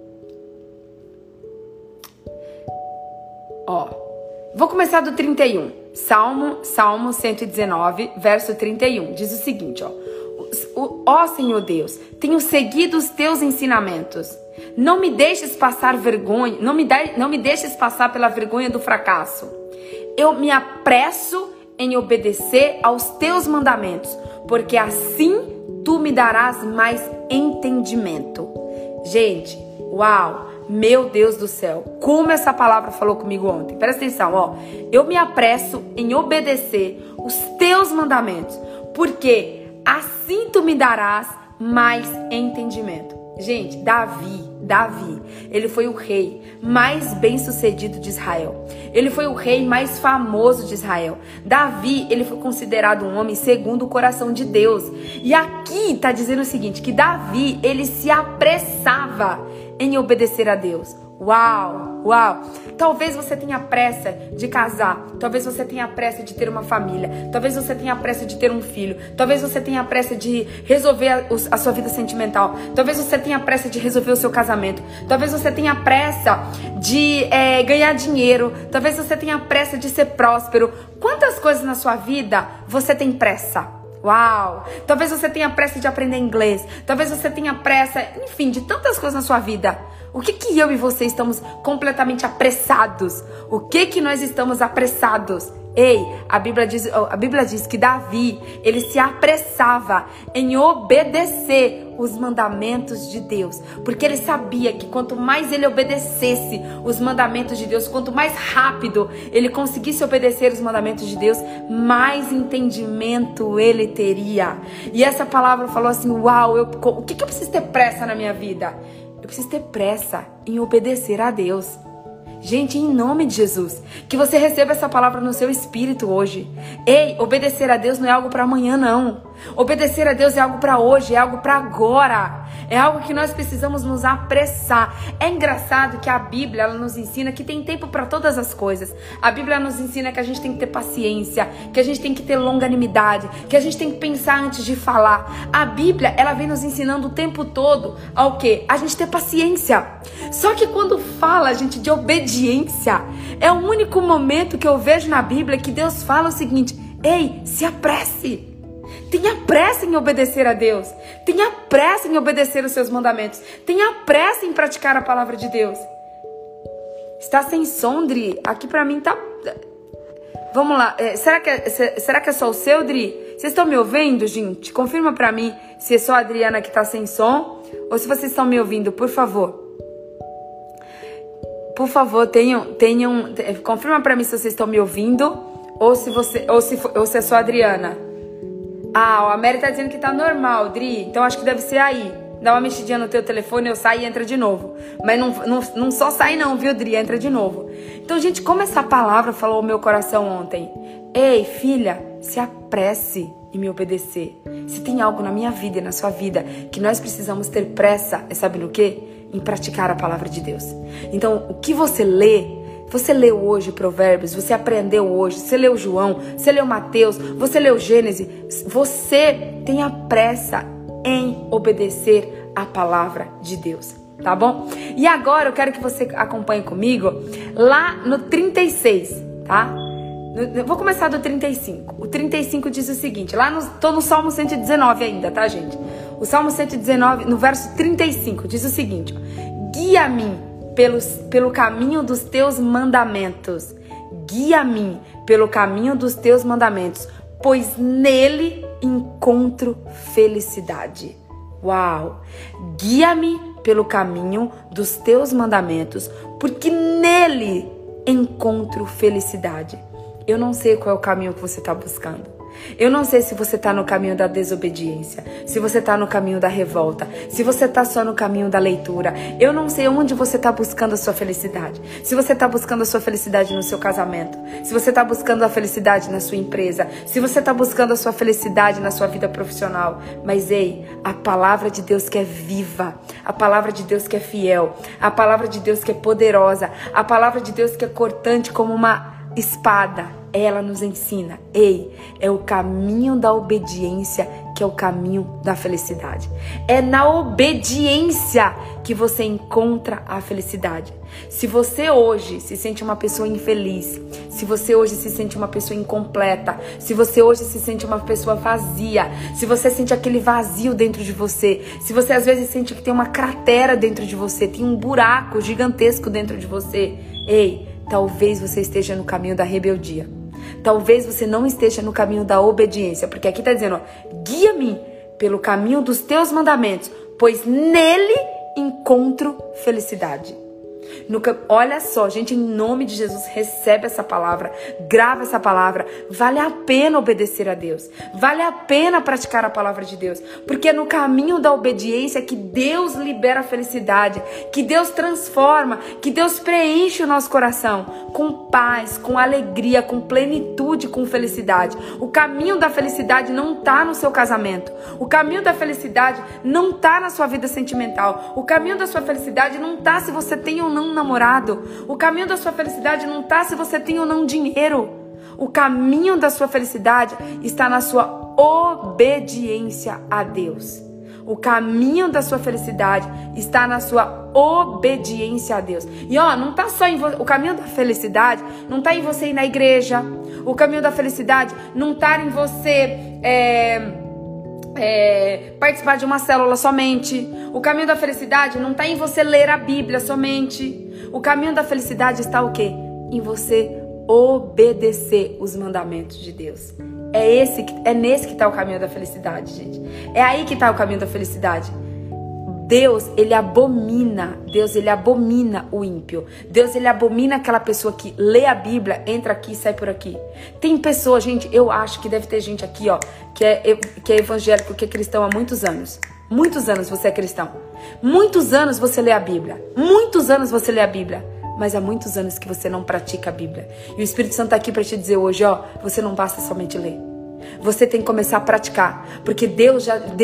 Vou começar do 31. Salmo 119, verso 31. Diz o seguinte, ó Senhor Deus, tenho seguido os teus ensinamentos. Não me deixes passar vergonha, não me deixes passar pela vergonha do fracasso. Eu me apresso em obedecer aos teus mandamentos, porque assim tu me darás mais entendimento. Gente, uau! Meu Deus do céu, como essa palavra falou comigo ontem. Presta atenção, eu me apresso em obedecer os teus mandamentos, porque assim tu me darás mais entendimento. Gente, Davi, ele foi o rei mais bem-sucedido de Israel. Ele foi o rei mais famoso de Israel. Davi, ele foi considerado um homem segundo o coração de Deus. E aqui está dizendo o seguinte, que Davi, ele se apressava em obedecer a Deus. Uau, uau. Talvez você tenha pressa de casar. Talvez você tenha pressa de ter uma família. Talvez você tenha pressa de ter um filho. Talvez você tenha pressa de resolver a sua vida sentimental. Talvez você tenha pressa de resolver o seu casamento. Talvez você tenha pressa de ganhar dinheiro. Talvez você tenha pressa de ser próspero. Quantas coisas na sua vida você tem pressa? Uau! Talvez você tenha pressa de aprender inglês. Talvez você tenha pressa, enfim, de tantas coisas na sua vida. O que eu e você estamos completamente apressados? O que nós estamos apressados? Ei, a Bíblia diz que Davi, ele se apressava em obedecer os mandamentos de Deus, porque ele sabia que quanto mais ele obedecesse os mandamentos de Deus, quanto mais rápido ele conseguisse obedecer os mandamentos de Deus, mais entendimento ele teria. E essa palavra falou assim, uau, o que eu preciso ter pressa na minha vida? Eu preciso ter pressa em obedecer a Deus. Gente, em nome de Jesus, que você receba essa palavra no seu espírito hoje. Ei, obedecer a Deus não é algo para amanhã, não. Obedecer a Deus é algo para hoje, é algo para agora. É algo que nós precisamos nos apressar. É engraçado que a Bíblia, ela nos ensina que tem tempo para todas as coisas. A Bíblia nos ensina que a gente tem que ter paciência, que a gente tem que ter longanimidade, que a gente tem que pensar antes de falar. A Bíblia, ela vem nos ensinando o tempo todo ao quê? A gente ter paciência. Só que quando fala, gente, de obediência, é o único momento que eu vejo na Bíblia que Deus fala o seguinte: ei, se apresse. Tenha pressa em obedecer a Deus. Tenha pressa em obedecer os seus mandamentos. Tenha pressa em praticar a palavra de Deus. Está sem som, Dri? Aqui pra mim tá... Vamos lá. Será que é só o seu, Dri? Vocês estão me ouvindo, gente? Confirma pra mim se é só a Adriana que tá sem som ou se vocês estão me ouvindo, por favor. Por favor, confirma pra mim se vocês estão me ouvindo ou se é só a Adriana. Ah, a Mary tá dizendo que tá normal, Dri. Então acho que deve ser aí. Dá uma mexidinha no teu telefone, eu saio e entra de novo. Mas não só sai não, viu, Dri? Entra de novo. Então, gente, como essa palavra falou o meu coração ontem. Ei, filha, se apresse em me obedecer. Se tem algo na minha vida e na sua vida que nós precisamos ter pressa, sabe no quê? Em praticar a palavra de Deus. Então, o que você lê, você leu hoje Provérbios, você aprendeu hoje, você leu João, você leu Mateus, você leu Gênesis, você tenha pressa em obedecer a palavra de Deus, tá bom? E agora eu quero que você acompanhe comigo lá no 36, tá? Eu vou começar do 35. O 35 diz o seguinte, tô no Salmo 119 ainda, tá, gente? O Salmo 119, no verso 35, diz o seguinte: guia-me pelo caminho dos teus mandamentos. Guia-me pelo caminho dos teus mandamentos, pois nele encontro felicidade. Uau! Guia-me pelo caminho dos teus mandamentos, porque nele encontro felicidade. Eu não sei qual é o caminho que você está buscando. Eu não sei se você está no caminho da desobediência, se você está no caminho da revolta, se você está só no caminho da leitura. Eu não sei onde você está buscando a sua felicidade. Se você está buscando a sua felicidade no seu casamento, se você está buscando a felicidade na sua empresa, se você está buscando a sua felicidade na sua vida profissional. Mas ei, a palavra de Deus que é viva, a palavra de Deus que é fiel, a palavra de Deus que é poderosa, a palavra de Deus que é cortante como uma espada, ela nos ensina, ei, é o caminho da obediência que é o caminho da felicidade. É na obediência que você encontra a felicidade. Se você hoje se sente uma pessoa infeliz, se você hoje se sente uma pessoa incompleta, se você hoje se sente uma pessoa vazia, se você sente aquele vazio dentro de você, se você às vezes sente que tem uma cratera dentro de você, tem um buraco gigantesco dentro de você, ei, talvez você esteja no caminho da rebeldia. Talvez você não esteja no caminho da obediência, porque aqui está dizendo, ó, guia-me pelo caminho dos teus mandamentos, pois nele encontro felicidade. Olha só, gente, em nome de Jesus, recebe essa palavra, grava essa palavra. Vale a pena obedecer a Deus. Vale a pena praticar a palavra de Deus. Porque é no caminho da obediência que Deus libera a felicidade, que Deus transforma, que Deus preenche o nosso coração com paz, com alegria, com plenitude, com felicidade. O caminho da felicidade não está no seu casamento. O caminho da felicidade não está na sua vida sentimental. O caminho da sua felicidade não está se você tem ou não namorado. O caminho da sua felicidade não está se você tem ou não dinheiro. O caminho da sua felicidade está na sua obediência a Deus. O caminho da sua felicidade está na sua obediência a Deus. E não tá só em você. O caminho da felicidade não tá em você ir na igreja. O caminho da felicidade não tá em você participar de uma célula somente. O caminho da felicidade não tá em você ler a Bíblia somente. O caminho da felicidade está o quê? Em você obedecer os mandamentos de Deus. É nesse que está o caminho da felicidade, gente. É aí que está o caminho da felicidade. Deus, ele abomina o ímpio. Deus, ele abomina aquela pessoa que lê a Bíblia, entra aqui e sai por aqui. Tem pessoas, gente, eu acho que deve ter gente aqui, que é evangélico, que é cristão há muitos anos. Muitos anos você é cristão. Muitos anos você lê a Bíblia. Muitos anos você lê a Bíblia. Mas há muitos anos que você não pratica a Bíblia. E o Espírito Santo está aqui para te dizer hoje, você não basta somente ler. Você tem que começar a praticar. Porque Deus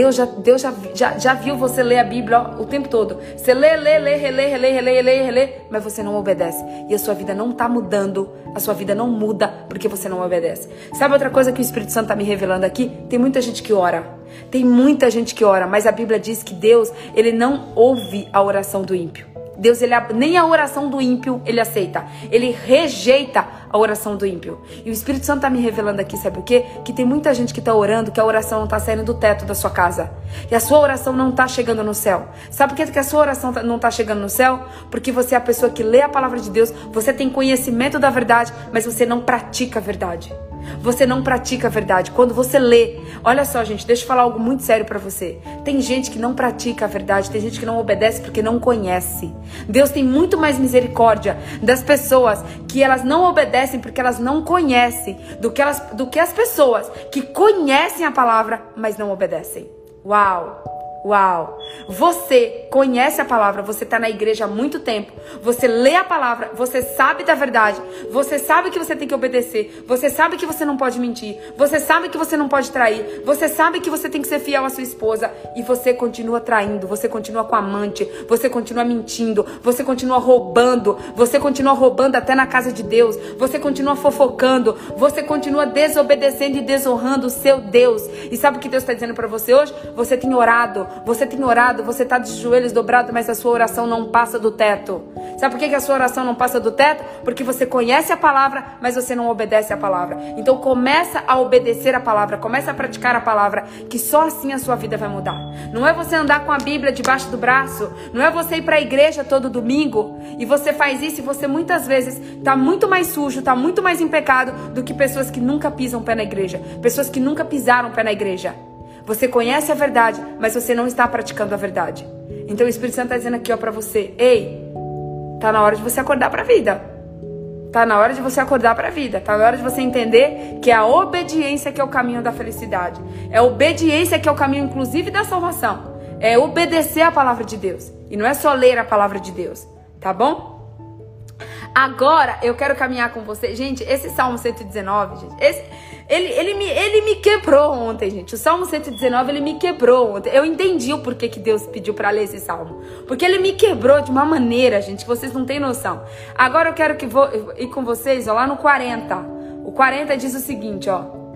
já viu você ler a Bíblia o tempo todo. Você lê, relê, mas você não obedece. E a sua vida não está mudando. A sua vida não muda porque você não obedece. Sabe outra coisa que o Espírito Santo está me revelando aqui? Tem muita gente que ora. Mas a Bíblia diz que Deus, ele não ouve a oração do ímpio. Deus, nem a oração do ímpio ele aceita. Ele rejeita a oração do ímpio. E o Espírito Santo está me revelando aqui, sabe o quê? Que tem muita gente que está orando, que a oração não está saindo do teto da sua casa. E a sua oração não está chegando no céu. Sabe por que a sua oração não está chegando no céu? Porque você é a pessoa que lê a palavra de Deus, você tem conhecimento da verdade, mas você não pratica a verdade. Você não pratica a verdade. Quando você lê, olha só, gente, deixa eu falar algo muito sério pra você. Tem gente que não pratica a verdade, tem gente que não obedece porque não conhece. Deus tem muito mais misericórdia das pessoas que elas não obedecem porque elas não conhecem, do que as pessoas que conhecem a palavra, mas não obedecem. Uau! Você conhece a palavra, você está na igreja há muito tempo, você lê a palavra, você sabe da verdade, você sabe que você tem que obedecer, você sabe que você não pode mentir, você sabe que você não pode trair, você sabe que você tem que ser fiel à sua esposa e você continua traindo, você continua com amante, você continua mentindo, você continua roubando até na casa de Deus, você continua fofocando, você continua desobedecendo e desonrando o seu Deus. E sabe o que Deus está dizendo para você hoje? Você tem orado, você está de joelhos dobrados, mas a sua oração não passa do teto. Sabe por que a sua oração não passa do teto? Porque você conhece a palavra, mas você não obedece a palavra. Então começa a obedecer a palavra, começa a praticar a palavra, que só assim a sua vida vai mudar. Não é você andar com a Bíblia debaixo do braço, não é você ir para a igreja todo domingo, e você faz isso e você muitas vezes está muito mais sujo, está muito mais em pecado do que pessoas que nunca pisam pé na igreja, pessoas que nunca pisaram pé na igreja. Você conhece a verdade, mas você não está praticando a verdade. Então o Espírito Santo está dizendo aqui para você: ei, tá na hora de você acordar para a vida. Tá na hora de você acordar para a vida. Tá na hora de você entender que é a obediência que é o caminho da felicidade. É a obediência que é o caminho, inclusive, da salvação. É obedecer a palavra de Deus. E não é só ler a palavra de Deus. Tá bom? Agora eu quero caminhar com você. Gente, esse Salmo 119, gente, ele me quebrou ontem, gente. O Salmo 119, ele me quebrou ontem. Eu entendi o porquê que Deus pediu pra ler esse Salmo. Porque ele me quebrou de uma maneira, gente, que vocês não têm noção. Agora eu quero ir com vocês, lá no 40. O 40 diz o seguinte,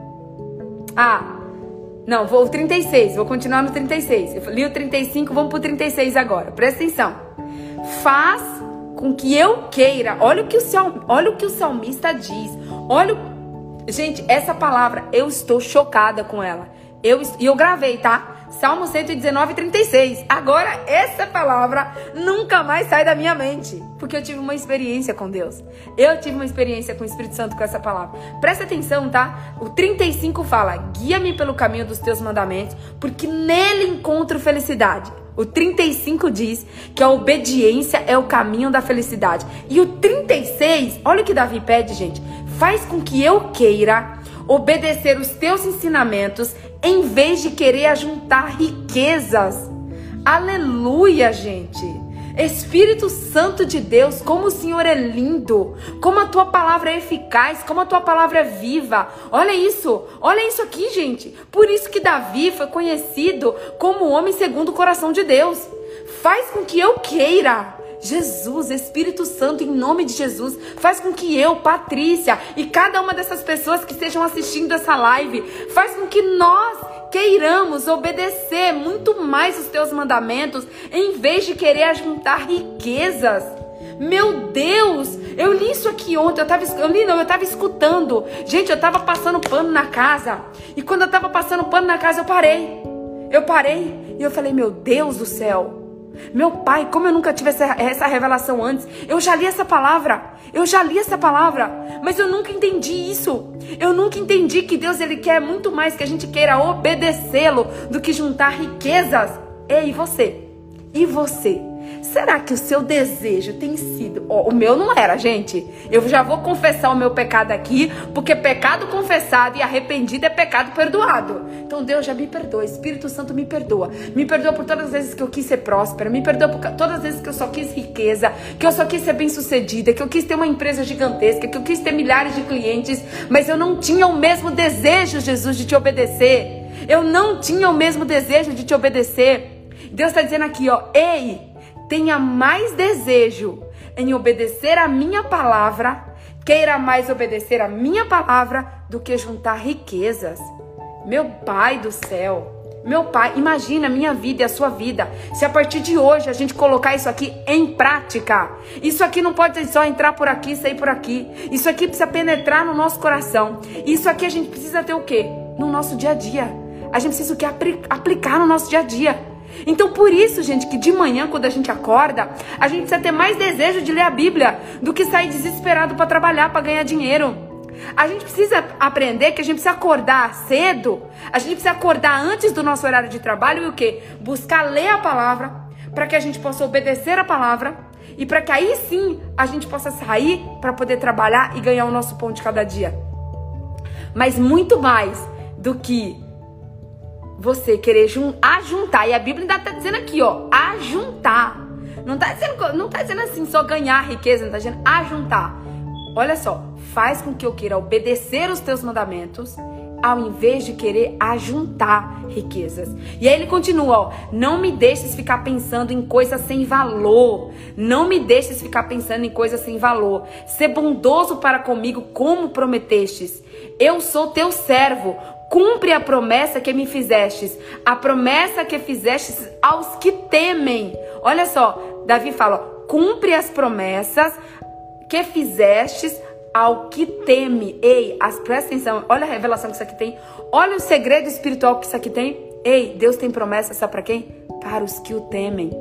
o 36. Vou continuar no 36. Eu li o 35, vamos pro 36 agora. Presta atenção. Faz com que eu queira. Olha o que o salmista diz. Gente, essa palavra, eu estou chocada com ela. Eu gravei, tá? Salmo 119, 36. Agora, essa palavra nunca mais sai da minha mente. Porque eu tive uma experiência com Deus. Eu tive uma experiência com o Espírito Santo com essa palavra. Presta atenção, tá? O 35 fala: guia-me pelo caminho dos teus mandamentos, porque nele encontro felicidade. O 35 diz que a obediência é o caminho da felicidade. E o 36, olha o que Davi pede, gente. Faz com que eu queira obedecer os teus ensinamentos em vez de querer ajuntar riquezas. Aleluia, gente. Espírito Santo de Deus, como o Senhor é lindo, como a tua palavra é eficaz, como a tua palavra é viva. Olha isso aqui, gente. Por isso que Davi foi conhecido como o homem segundo o coração de Deus. Faz com que eu queira. Jesus, Espírito Santo, em nome de Jesus, faz com que eu, Patrícia, e cada uma dessas pessoas que estejam assistindo essa live, faz com que nós queiramos obedecer muito mais os teus mandamentos, em vez de querer ajuntar riquezas. Meu Deus, eu li isso aqui ontem, eu tava escutando. Gente, eu tava passando pano na casa, e quando eu tava passando pano na casa, eu parei, e eu falei, meu Deus do céu, meu pai, como eu nunca tive essa revelação antes. Eu já li essa palavra, mas eu nunca entendi isso. Eu nunca entendi que Deus, ele quer muito mais que a gente queira obedecê-lo do que juntar riquezas. Ei, e você? Será que o seu desejo tem sido... o meu não era, gente. Eu já vou confessar o meu pecado aqui, porque pecado confessado e arrependido é pecado perdoado. Então Deus já me perdoa, Espírito Santo me perdoa. Me perdoa por todas as vezes que eu quis ser próspera, me perdoa por todas as vezes que eu só quis riqueza, que eu só quis ser bem-sucedida, que eu quis ter uma empresa gigantesca, que eu quis ter milhares de clientes, mas eu não tinha o mesmo desejo, Jesus, de te obedecer. Eu não tinha o mesmo desejo de te obedecer. Deus está dizendo aqui, ei, tenha mais desejo em obedecer a minha palavra, queira mais obedecer a minha palavra do que juntar riquezas. Meu Pai do céu, meu Pai, imagina a minha vida e a sua vida, se a partir de hoje a gente colocar isso aqui em prática. Isso aqui não pode só entrar por aqui e sair por aqui. Isso aqui precisa penetrar no nosso coração. Isso aqui a gente precisa ter o quê? No nosso dia a dia. A gente precisa o quê? Aplicar no nosso dia a dia. Então por isso, gente, que de manhã quando a gente acorda, a gente precisa ter mais desejo de ler a Bíblia do que sair desesperado para trabalhar, para ganhar dinheiro. A gente precisa aprender que a gente precisa acordar cedo, a gente precisa acordar antes do nosso horário de trabalho e o quê? Buscar ler a palavra, para que a gente possa obedecer a palavra e para que aí sim a gente possa sair para poder trabalhar e ganhar o nosso pão de cada dia. Mas muito mais do que você querer ajuntar, e a Bíblia ainda está dizendo aqui, ajuntar. Não tá dizendo assim só ganhar riqueza, não tá dizendo ajuntar. Olha só, faz com que eu queira obedecer os teus mandamentos, ao invés de querer ajuntar riquezas. E aí ele continua, não me deixes ficar pensando em coisas sem valor. Não me deixes ficar pensando em coisas sem valor. Ser bondoso para comigo como prometestes. Eu sou teu servo. Cumpre a promessa que me fizestes. A promessa que fizestes aos que temem. Olha só, Davi fala, cumpre as promessas que fizestes ao que teme. Ei, presta atenção, olha a revelação que isso aqui tem. Olha o segredo espiritual que isso aqui tem. Ei, Deus tem promessa, sabe para quem? Para os que o temem.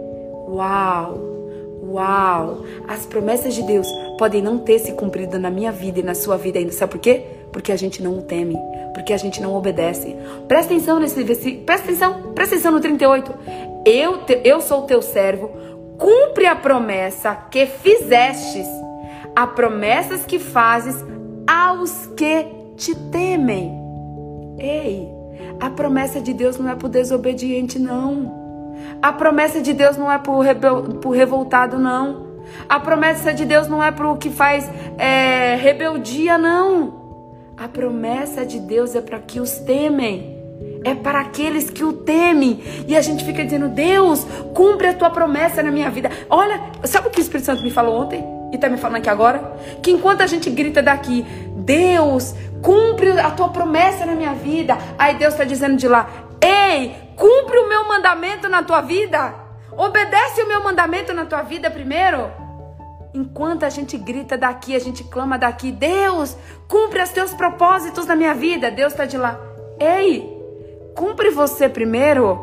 Uau! As promessas de Deus podem não ter se cumprido na minha vida e na sua vida ainda. Sabe por quê? Porque a gente não o teme. Porque a gente não obedece. Presta atenção nesse versículo. Presta atenção no 38. Eu sou o teu servo. Cumpre a promessa que fizestes. A promessas que fazes aos que te temem. Ei, a promessa de Deus não é pro desobediente, não. A promessa de Deus não é pro revoltado, não. A promessa de Deus não é pro que faz rebeldia, não. A promessa de Deus é para que os temem. É para aqueles que o temem. E a gente fica dizendo, Deus, cumpre a tua promessa na minha vida. Olha, sabe o que o Espírito Santo me falou ontem? E tá me falando aqui agora? Que enquanto a gente grita daqui, Deus, cumpre a tua promessa na minha vida. Aí Deus tá dizendo de lá, ei, cumpre o meu mandamento na tua vida. Obedece o meu mandamento na tua vida primeiro. Enquanto a gente grita daqui, a gente clama daqui, Deus, cumpre os teus propósitos na minha vida. Deus tá de lá, ei, cumpre você primeiro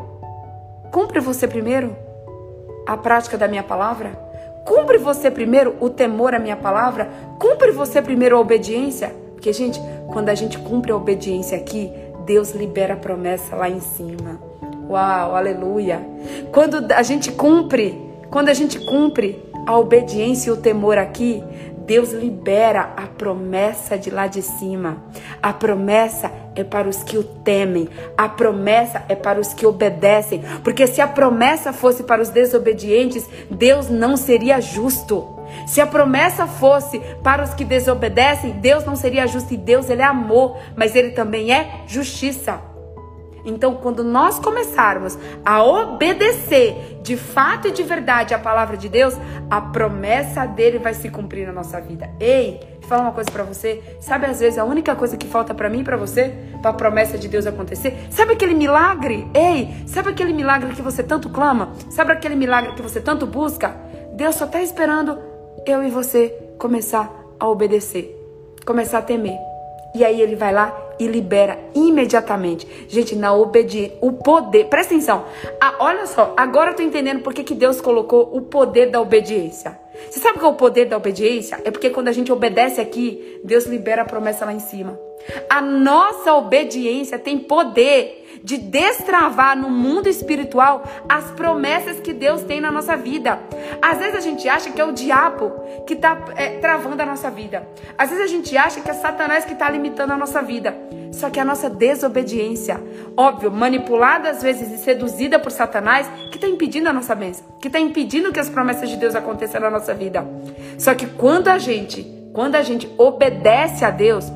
a prática da minha palavra. Cumpre você primeiro o temor à minha palavra. Cumpre você primeiro a obediência. Porque, gente, quando a gente cumpre a obediência aqui, Deus libera a promessa lá em cima. Uau, aleluia. Quando a gente cumpre a obediência e o temor aqui, Deus libera a promessa de lá de cima. A promessa é para os que o temem. A promessa é para os que obedecem. Porque se a promessa fosse para os desobedientes, Deus não seria justo. Se a promessa fosse para os que desobedecem, Deus não seria justo. E Deus, Ele é amor, mas Ele também é justiça. Então, quando nós começarmos a obedecer de fato e de verdade a palavra de Deus, a promessa dele vai se cumprir na nossa vida. Ei, deixa eu falar uma coisa pra você. Sabe, às vezes, a única coisa que falta pra mim e pra você, pra promessa de Deus acontecer, sabe aquele milagre? Ei, sabe aquele milagre que você tanto clama? Sabe aquele milagre que você tanto busca? Deus só tá esperando eu e você começar a obedecer, começar a temer. E aí ele vai lá e libera imediatamente. Gente, na obediência, o poder, presta atenção. Olha só, agora eu tô entendendo por que Deus colocou o poder da obediência. Você sabe qual é o poder da obediência? É porque quando a gente obedece aqui, Deus libera a promessa lá em cima. A nossa obediência tem poder de destravar no mundo espiritual as promessas que Deus tem na nossa vida. Às vezes a gente acha que é o diabo que está travando a nossa vida. Às vezes a gente acha que é Satanás que está limitando a nossa vida. Só que é a nossa desobediência, óbvio, manipulada às vezes e seduzida por Satanás, que está impedindo a nossa bênção, que está impedindo que as promessas de Deus aconteçam na nossa vida. Só que quando a gente obedece a Deus,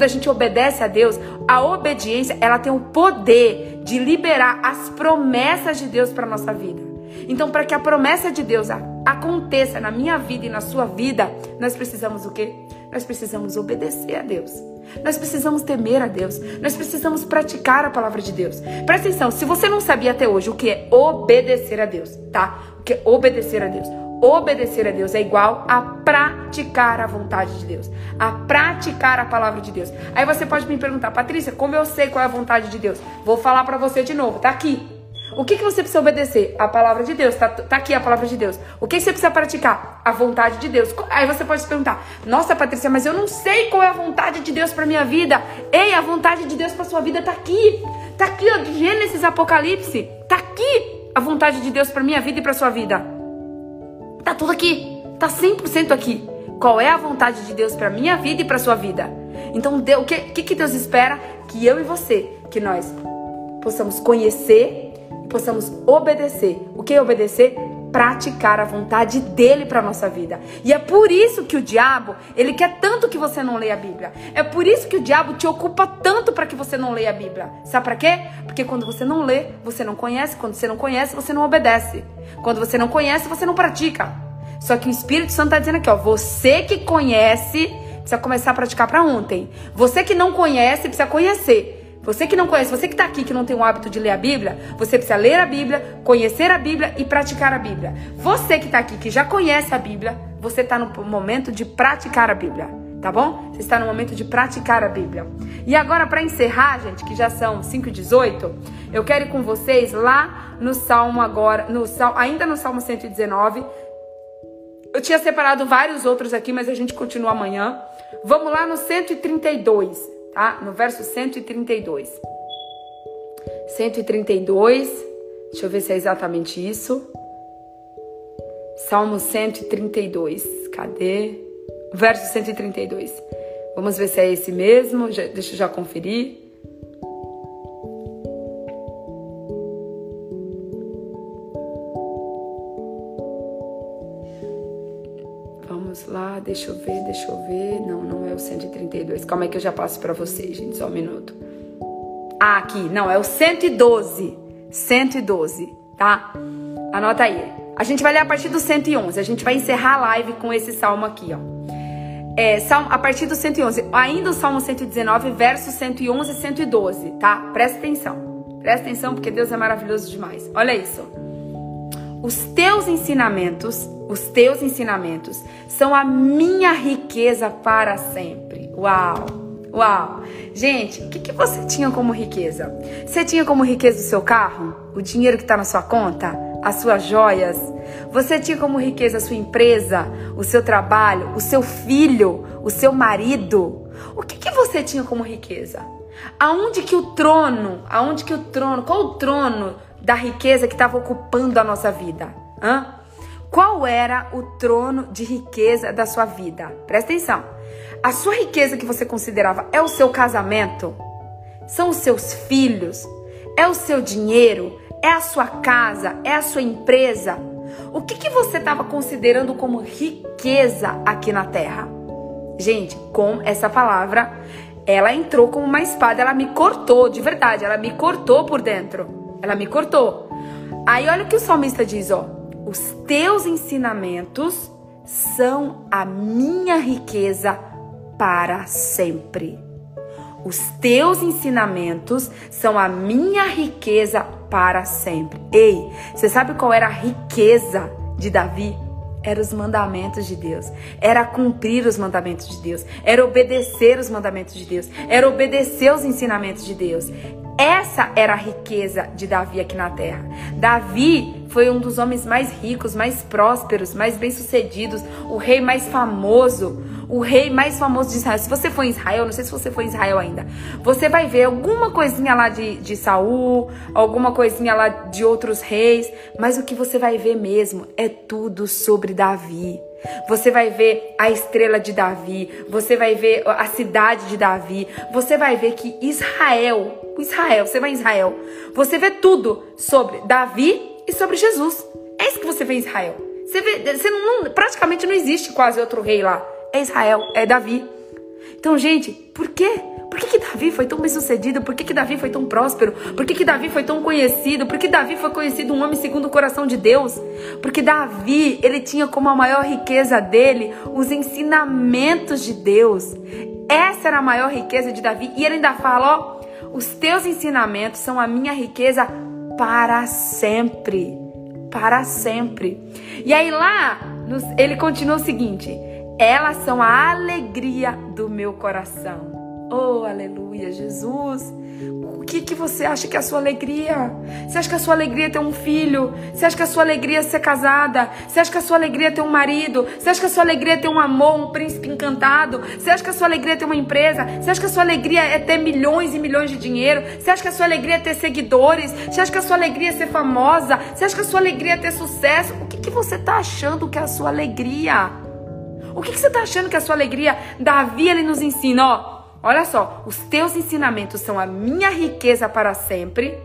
a obediência, ela tem o poder de liberar as promessas de Deus para nossa vida. Então, para que a promessa de Deus aconteça na minha vida e na sua vida, nós precisamos o quê? Nós precisamos obedecer a Deus. Nós precisamos temer a Deus. Nós precisamos praticar a palavra de Deus. Presta atenção, se você não sabia até hoje o que é obedecer a Deus, tá? O que é obedecer a Deus? Obedecer a Deus é igual a praticar a vontade de Deus, a praticar a palavra de Deus. Aí você pode me perguntar, Patrícia, como eu sei qual é a vontade de Deus? Vou falar pra você de novo, tá aqui. O que você precisa obedecer? A palavra de Deus, tá aqui a palavra de Deus. O que você precisa praticar? A vontade de Deus. Aí você pode se perguntar, nossa, Patrícia, mas eu não sei qual é a vontade de Deus pra minha vida. Ei, a vontade de Deus pra sua vida tá aqui. Tá aqui, ó, de Gênesis, Apocalipse. Tá aqui a vontade de Deus pra minha vida e pra sua vida. Tá tudo aqui, tá 100% aqui. Qual é a vontade de Deus pra minha vida e pra sua vida? Então, o que Deus espera? Que eu e você, que nós possamos conhecer e possamos obedecer. O que é obedecer? Praticar a vontade dele pra nossa vida. E é por isso que o diabo, ele quer tanto que você não leia a Bíblia. É por isso que o diabo te ocupa tanto para que você não leia a Bíblia. Sabe pra quê? Porque quando você não lê, você não conhece. Quando você não conhece, você não obedece. Quando você não conhece, você não pratica. Só que o Espírito Santo está dizendo aqui, ó, você que conhece, precisa começar a praticar para ontem. Você que não conhece, precisa conhecer. Você que não conhece, você que está aqui, que não tem o hábito de ler a Bíblia, você precisa ler a Bíblia, conhecer a Bíblia e praticar a Bíblia. Você que está aqui, que já conhece a Bíblia, você está no momento de praticar a Bíblia, tá bom? Você está no momento de praticar a Bíblia. E agora, para encerrar, gente, que já são 5h18, eu quero ir com vocês lá no Salmo agora, ainda no Salmo 119. Eu tinha separado vários outros aqui, mas a gente continua amanhã. Vamos lá no 132, tá? No verso 132. 132, deixa eu ver se é exatamente isso. Salmo 132, cadê? Verso 132. Vamos ver se é esse mesmo, deixa eu já conferir. Vamos lá, deixa eu ver. Não é o 132. Calma aí que eu já passo pra vocês, gente, só um minuto. Ah, aqui, não, é o 112. 112, tá? Anota aí. A gente vai ler a partir do 111. A gente vai encerrar a live com esse salmo aqui, ó. A partir do 111. Ainda o Salmo 119, versos 111 e 112, tá? Presta atenção. Presta atenção porque Deus é maravilhoso demais. Olha isso. Os teus ensinamentos são a minha riqueza para sempre. Uau! Uau! Gente, o que você tinha como riqueza? Você tinha como riqueza o seu carro? O dinheiro que está na sua conta? As suas joias? Você tinha como riqueza a sua empresa? O seu trabalho? O seu filho? O seu marido? O que você tinha como riqueza? Qual o trono da riqueza que estava ocupando a nossa vida? Qual era o trono de riqueza da sua vida? Presta atenção. A sua riqueza que você considerava é o seu casamento? São os seus filhos? É o seu dinheiro? É a sua casa? É a sua empresa? O que você estava considerando como riqueza aqui na terra? Gente, com essa palavra, ela entrou como uma espada, ela me cortou, de verdade, ela me cortou por dentro. Ela me cortou. Aí olha o que o salmista diz, ó. Os teus ensinamentos são a minha riqueza para sempre. Os teus ensinamentos são a minha riqueza para sempre. Ei, você sabe qual era a riqueza de Davi? Era os mandamentos de Deus. Era cumprir os mandamentos de Deus. Era obedecer os mandamentos de Deus. Era obedecer os ensinamentos de Deus. Essa era a riqueza de Davi aqui na terra. Davi foi um dos homens mais ricos, mais prósperos, mais bem-sucedidos, o rei mais famoso, o rei mais famoso de Israel. Se você for em Israel, não sei se você foi em Israel ainda, você vai ver alguma coisinha lá de Saul, alguma coisinha lá de outros reis, mas o que você vai ver mesmo é tudo sobre Davi. Você vai ver a estrela de Davi, você vai ver a cidade de Davi, você vai ver que Israel, você vai em Israel, você vê tudo sobre Davi e sobre Jesus. É isso que você vê em Israel. Praticamente não existe quase outro rei lá. É Israel, é Davi. Então, gente, por quê? Por que Davi foi tão bem-sucedido? Por que Davi foi tão próspero? Por que Davi foi tão conhecido? Por que Davi foi conhecido um homem segundo o coração de Deus? Porque Davi, ele tinha como a maior riqueza dele os ensinamentos de Deus. Essa era a maior riqueza de Davi. E ele ainda fala, ó, os teus ensinamentos são a minha riqueza para sempre. Para sempre. E aí lá, ele continua o seguinte: elas são a alegria do meu coração. Oh, aleluia, Jesus. O que você acha que é a sua alegria? Você acha que a sua alegria é ter um filho? Você acha que a sua alegria é ser casada? Você acha que a sua alegria é ter um marido? Você acha que a sua alegria é ter um amor, um príncipe encantado? Você acha que a sua alegria é ter uma empresa? Você acha que a sua alegria é ter milhões e milhões de dinheiro? Você acha que a sua alegria é ter seguidores? Você acha que a sua alegria é ser famosa? Você acha que a sua alegria é ter sucesso? O que você está achando que é a sua alegria? O que você está achando que é a sua alegria? Davi, ele nos ensina, ó. Olha só, os teus ensinamentos são a minha riqueza para sempre.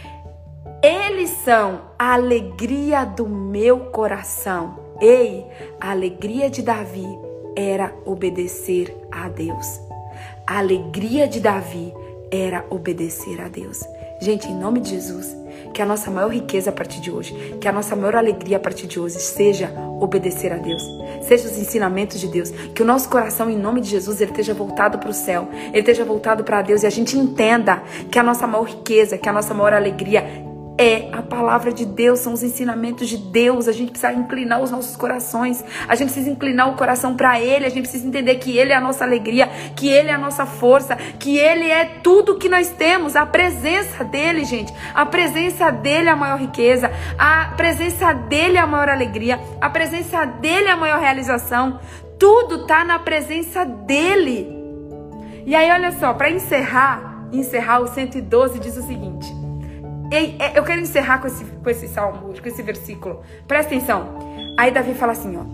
Eles são a alegria do meu coração. Ei, a alegria de Davi era obedecer a Deus. A alegria de Davi era obedecer a Deus. Gente, em nome de Jesus, que a nossa maior riqueza a partir de hoje, que a nossa maior alegria a partir de hoje seja obedecer a Deus, seja os ensinamentos de Deus, que o nosso coração, em nome de Jesus, ele esteja voltado para o céu, ele esteja voltado para Deus, e a gente entenda que a nossa maior riqueza, que a nossa maior alegria é a palavra de Deus, são os ensinamentos de Deus. A gente precisa inclinar os nossos corações, a gente precisa inclinar o coração para Ele, a gente precisa entender que Ele é a nossa alegria, que Ele é a nossa força, que Ele é tudo que nós temos. A presença dEle, gente, a presença dEle é a maior riqueza, a presença dEle é a maior alegria, a presença dEle é a maior realização. Tudo está na presença dEle. E aí, olha só, para encerrar o 112 diz o seguinte. Eu quero encerrar com esse salmo, com esse versículo. Presta atenção. Aí Davi fala assim, ó.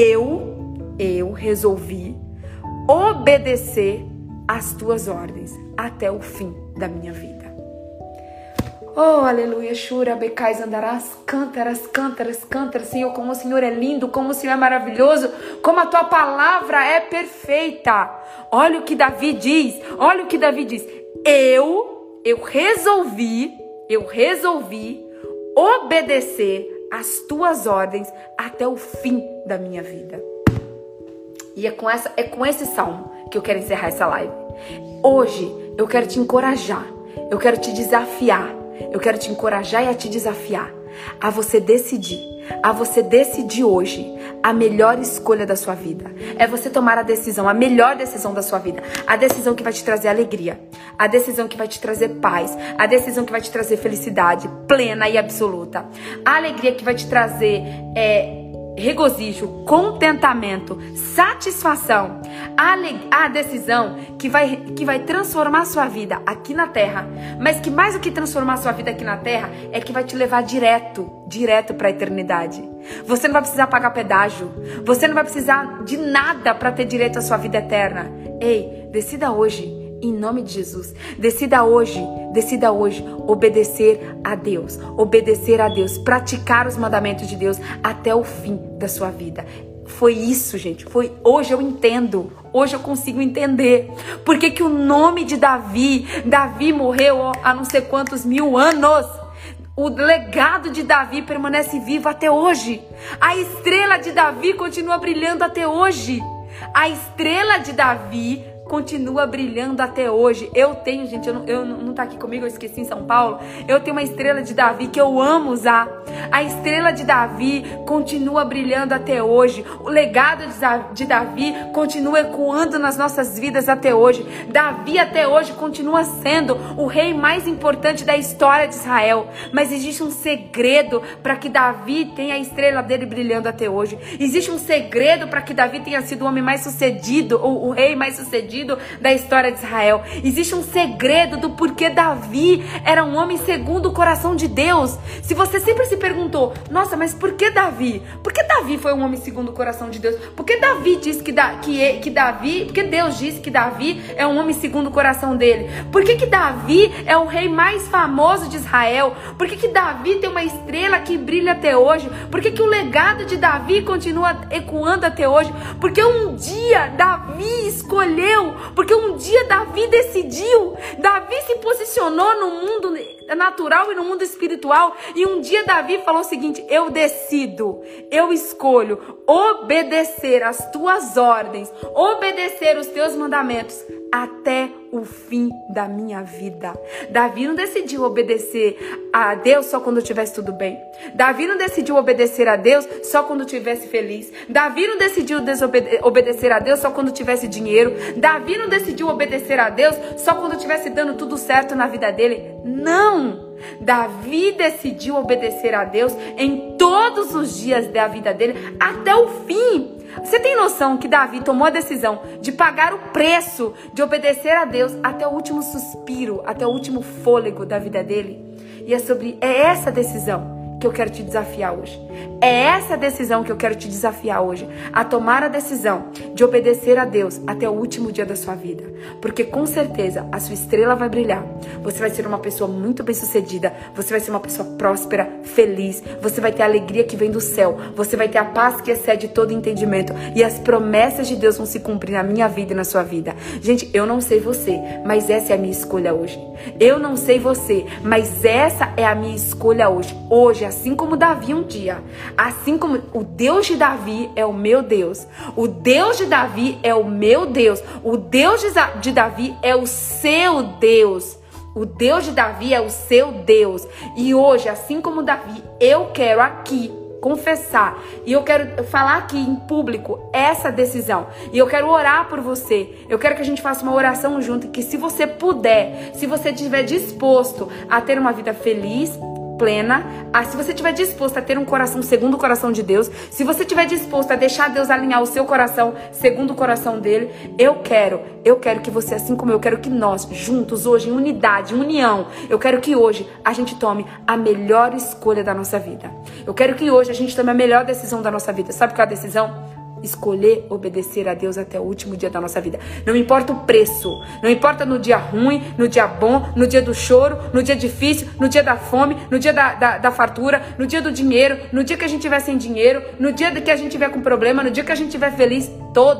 Eu resolvi obedecer às tuas ordens até o fim da minha vida. Oh, aleluia. Shura, becais, andarás, cântaras, cântaras, cântaras. Senhor, como o Senhor é lindo, como o Senhor é maravilhoso, como a tua palavra é perfeita. Olha o que Davi diz. Olha o que Davi diz. Eu resolvi obedecer às tuas ordens até o fim da minha vida. E é com esse salmo que eu quero encerrar essa live. Hoje eu quero te encorajar, eu quero te desafiar, eu quero te encorajar e a te desafiar a você decidir hoje a melhor escolha da sua vida. É você tomar a decisão, a melhor decisão da sua vida. A decisão que vai te trazer alegria. A decisão que vai te trazer paz. A decisão que vai te trazer felicidade plena e absoluta. A alegria que vai te trazer regozijo, contentamento, satisfação, a decisão que vai transformar a sua vida aqui na terra, mas que mais do que transformar a sua vida aqui na terra, é que vai te levar direto para a eternidade. Você não vai precisar pagar pedágio, você não vai precisar de nada para ter direito à sua vida eterna. Ei, decida hoje, em nome de Jesus, decida hoje obedecer a Deus, praticar os mandamentos de Deus até o fim da sua vida. Foi isso, gente, hoje eu entendo, hoje eu consigo entender por que o nome de Davi morreu há não sei quantos mil anos. O legado de Davi permanece vivo até hoje. A estrela de Davi continua brilhando até hoje. A estrela de Davi continua brilhando até hoje. Eu tenho, gente, eu não tá aqui comigo, eu esqueci, em São Paulo. Eu tenho uma estrela de Davi que eu amo usar. A estrela de Davi continua brilhando até hoje. O legado de Davi continua ecoando nas nossas vidas até hoje. Davi até hoje continua sendo o rei mais importante da história de Israel. Mas existe um segredo para que Davi tenha a estrela dele brilhando até hoje. Existe um segredo para que Davi tenha sido o homem mais sucedido, ou o rei mais sucedido da história de Israel. Existe um segredo do porquê Davi era um homem segundo o coração de Deus. Se você sempre se perguntou, nossa, mas por que Davi? Por que Davi foi um homem segundo o coração de Deus? Por que Davi diz porque Deus disse que Davi é um homem segundo o coração dele? Por que Davi é o rei mais famoso de Israel? Por que Davi tem uma estrela que brilha até hoje? Por que o legado de Davi continua ecoando até hoje? Porque um dia Davi escolheu, porque um dia Davi decidiu, Davi se posicionou no mundo natural e no mundo espiritual, e um dia Davi falou o seguinte: eu decido, eu escolho obedecer as tuas ordens, obedecer os teus mandamentos até o fim da minha vida. Davi não decidiu obedecer a Deus só quando tivesse tudo bem. Davi não decidiu obedecer a Deus só quando tivesse feliz. Davi não decidiu obedecer a Deus só quando tivesse dinheiro. Davi não decidiu obedecer a Deus só quando tivesse dando tudo certo na vida dele. Não! Davi decidiu obedecer a Deus em todos os dias da vida dele até o fim. Você tem noção que Davi tomou a decisão de pagar o preço de obedecer a Deus até o último suspiro, até o último fôlego da vida dele? E é essa decisão que eu quero te desafiar hoje. É essa decisão que eu quero te desafiar hoje. A tomar a decisão de obedecer a Deus até o último dia da sua vida. Porque com certeza a sua estrela vai brilhar. Você vai ser uma pessoa muito bem sucedida. Você vai ser uma pessoa próspera, feliz. Você vai ter a alegria que vem do céu. Você vai ter a paz que excede todo entendimento. E as promessas de Deus vão se cumprir na minha vida e na sua vida. Gente, eu não sei você, mas essa é a minha escolha hoje. Eu não sei você, mas essa é a minha escolha hoje. Hoje, assim como Davi um dia, assim como o Deus de Davi é o meu Deus, o Deus de Davi é o meu Deus, o Deus de Davi é o seu Deus, o Deus de Davi é o seu Deus. E hoje, assim como Davi, eu quero aqui confessar, e eu quero falar aqui em público essa decisão, e eu quero orar por você. Eu quero que a gente faça uma oração junto, e que se você puder, se você estiver disposto a ter uma vida feliz, plena, se você estiver disposto a ter um coração segundo o coração de Deus, se você estiver disposto a deixar Deus alinhar o seu coração segundo o coração dele, eu quero que você, assim como eu quero que nós, juntos hoje, em unidade, em união, eu quero que hoje a gente tome a melhor escolha da nossa vida. Eu quero que hoje a gente tome a melhor decisão da nossa vida. Sabe qual é a decisão? Escolher obedecer a Deus até o último dia da nossa vida. Não importa o preço, não importa no dia ruim, no dia bom, no dia do choro, no dia difícil, no dia da fome, no dia da fartura, no dia do dinheiro, no dia que a gente tiver sem dinheiro, no dia que a gente tiver com problema, no dia que a gente tiver feliz,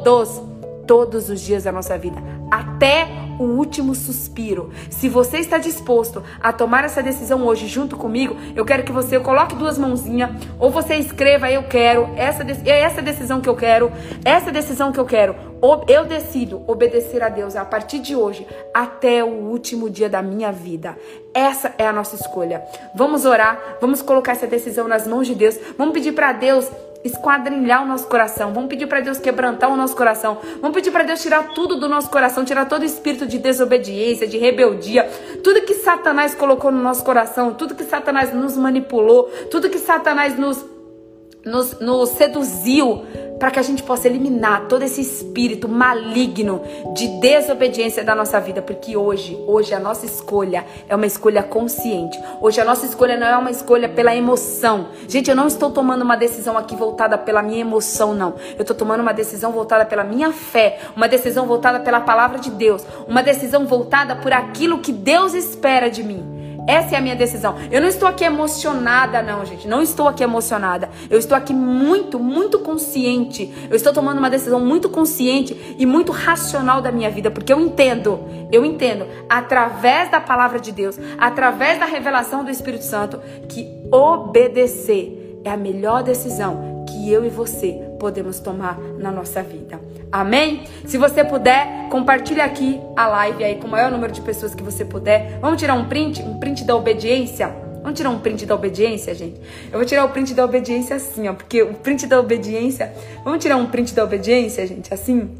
todos os dias da nossa vida, até o último suspiro. Se você está disposto a tomar essa decisão hoje junto comigo, eu quero que você coloque duas mãozinhas, ou você escreva: eu quero, essa decisão que eu quero, essa decisão que eu quero. Eu decido obedecer a Deus a partir de hoje até o último dia da minha vida. Essa é a nossa escolha. Vamos orar, vamos colocar essa decisão nas mãos de Deus, vamos pedir para Deus esquadrinhar o nosso coração, vamos pedir para Deus quebrantar o nosso coração, vamos pedir para Deus tirar tudo do nosso coração, tirar todo o espírito de desobediência, de rebeldia, tudo que Satanás colocou no nosso coração, tudo que Satanás nos manipulou, tudo que Satanás nos nos seduziu para que a gente possa eliminar todo esse espírito maligno de desobediência da nossa vida, porque hoje a nossa escolha é uma escolha consciente. Hoje a nossa escolha não é uma escolha pela emoção. Gente, eu não estou tomando uma decisão aqui voltada pela minha emoção, não. Eu estou tomando uma decisão voltada pela minha fé, uma decisão voltada pela palavra de Deus, uma decisão voltada por aquilo que Deus espera de mim. Essa é a minha decisão. Eu não estou aqui emocionada, não, gente. Não estou aqui emocionada. Eu estou aqui muito, muito consciente. Eu estou tomando uma decisão muito consciente e muito racional da minha vida. Porque eu entendo, através da palavra de Deus, através da revelação do Espírito Santo, que obedecer é a melhor decisão que eu e você podemos tomar na nossa vida. Amém? Se você puder, compartilhe aqui a live aí com o maior número de pessoas que você puder. Vamos tirar um print da obediência? Vamos tirar um print da obediência, gente? Eu vou tirar o print da obediência assim, ó, porque o print da obediência... Vamos tirar um print da obediência, gente, assim?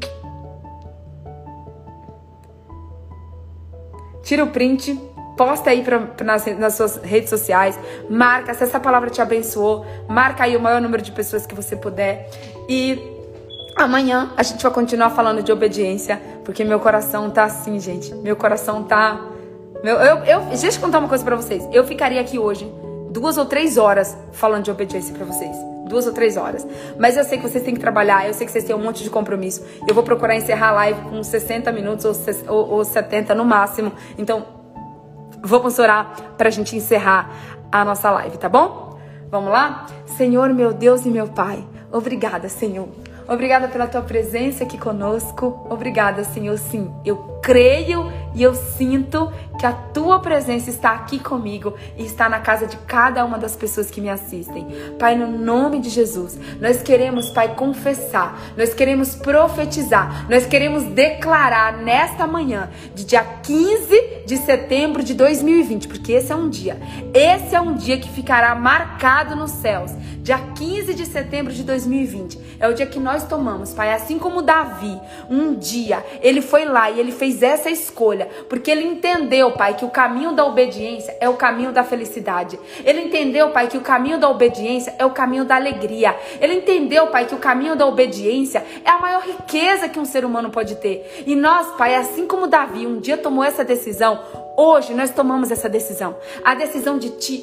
Tira o print, posta aí nas suas redes sociais, marca, se essa palavra te abençoou, marca aí o maior número de pessoas que você puder. E amanhã a gente vai continuar falando de obediência, porque meu coração tá assim, gente. Meu coração tá... Deixa eu contar uma coisa pra vocês. Eu ficaria aqui hoje 2 ou 3 horas falando de obediência pra vocês. 2 ou 3 horas. Mas eu sei que vocês têm que trabalhar, eu sei que vocês têm um monte de compromisso. Eu vou procurar encerrar a live com 60 minutos ou 70 no máximo. Então, vamos orar pra gente encerrar a nossa live, tá bom? Vamos lá? Senhor, meu Deus e meu Pai, obrigada, Senhor. Obrigada pela tua presença aqui conosco. Obrigada, Senhor. Sim, eu creio e eu sinto que a tua presença está aqui comigo e está na casa de cada uma das pessoas que me assistem. Pai, no nome de Jesus, nós queremos, Pai, confessar, nós queremos profetizar, nós queremos declarar nesta manhã de dia 15 de setembro de 2020, porque esse é um dia que ficará marcado nos céus. Dia 15 de setembro de 2020 é o dia que nós tomamos, Pai, assim como Davi, um dia, ele foi lá e ele fez essa escolha, porque ele entendeu, Pai, que o caminho da obediência é o caminho da felicidade. Ele entendeu, Pai, que o caminho da obediência é o caminho da alegria. Ele entendeu, Pai, que o caminho da obediência é a maior riqueza que um ser humano pode ter. E nós, Pai, assim como Davi um dia tomou essa decisão, hoje nós tomamos essa decisão, a decisão de te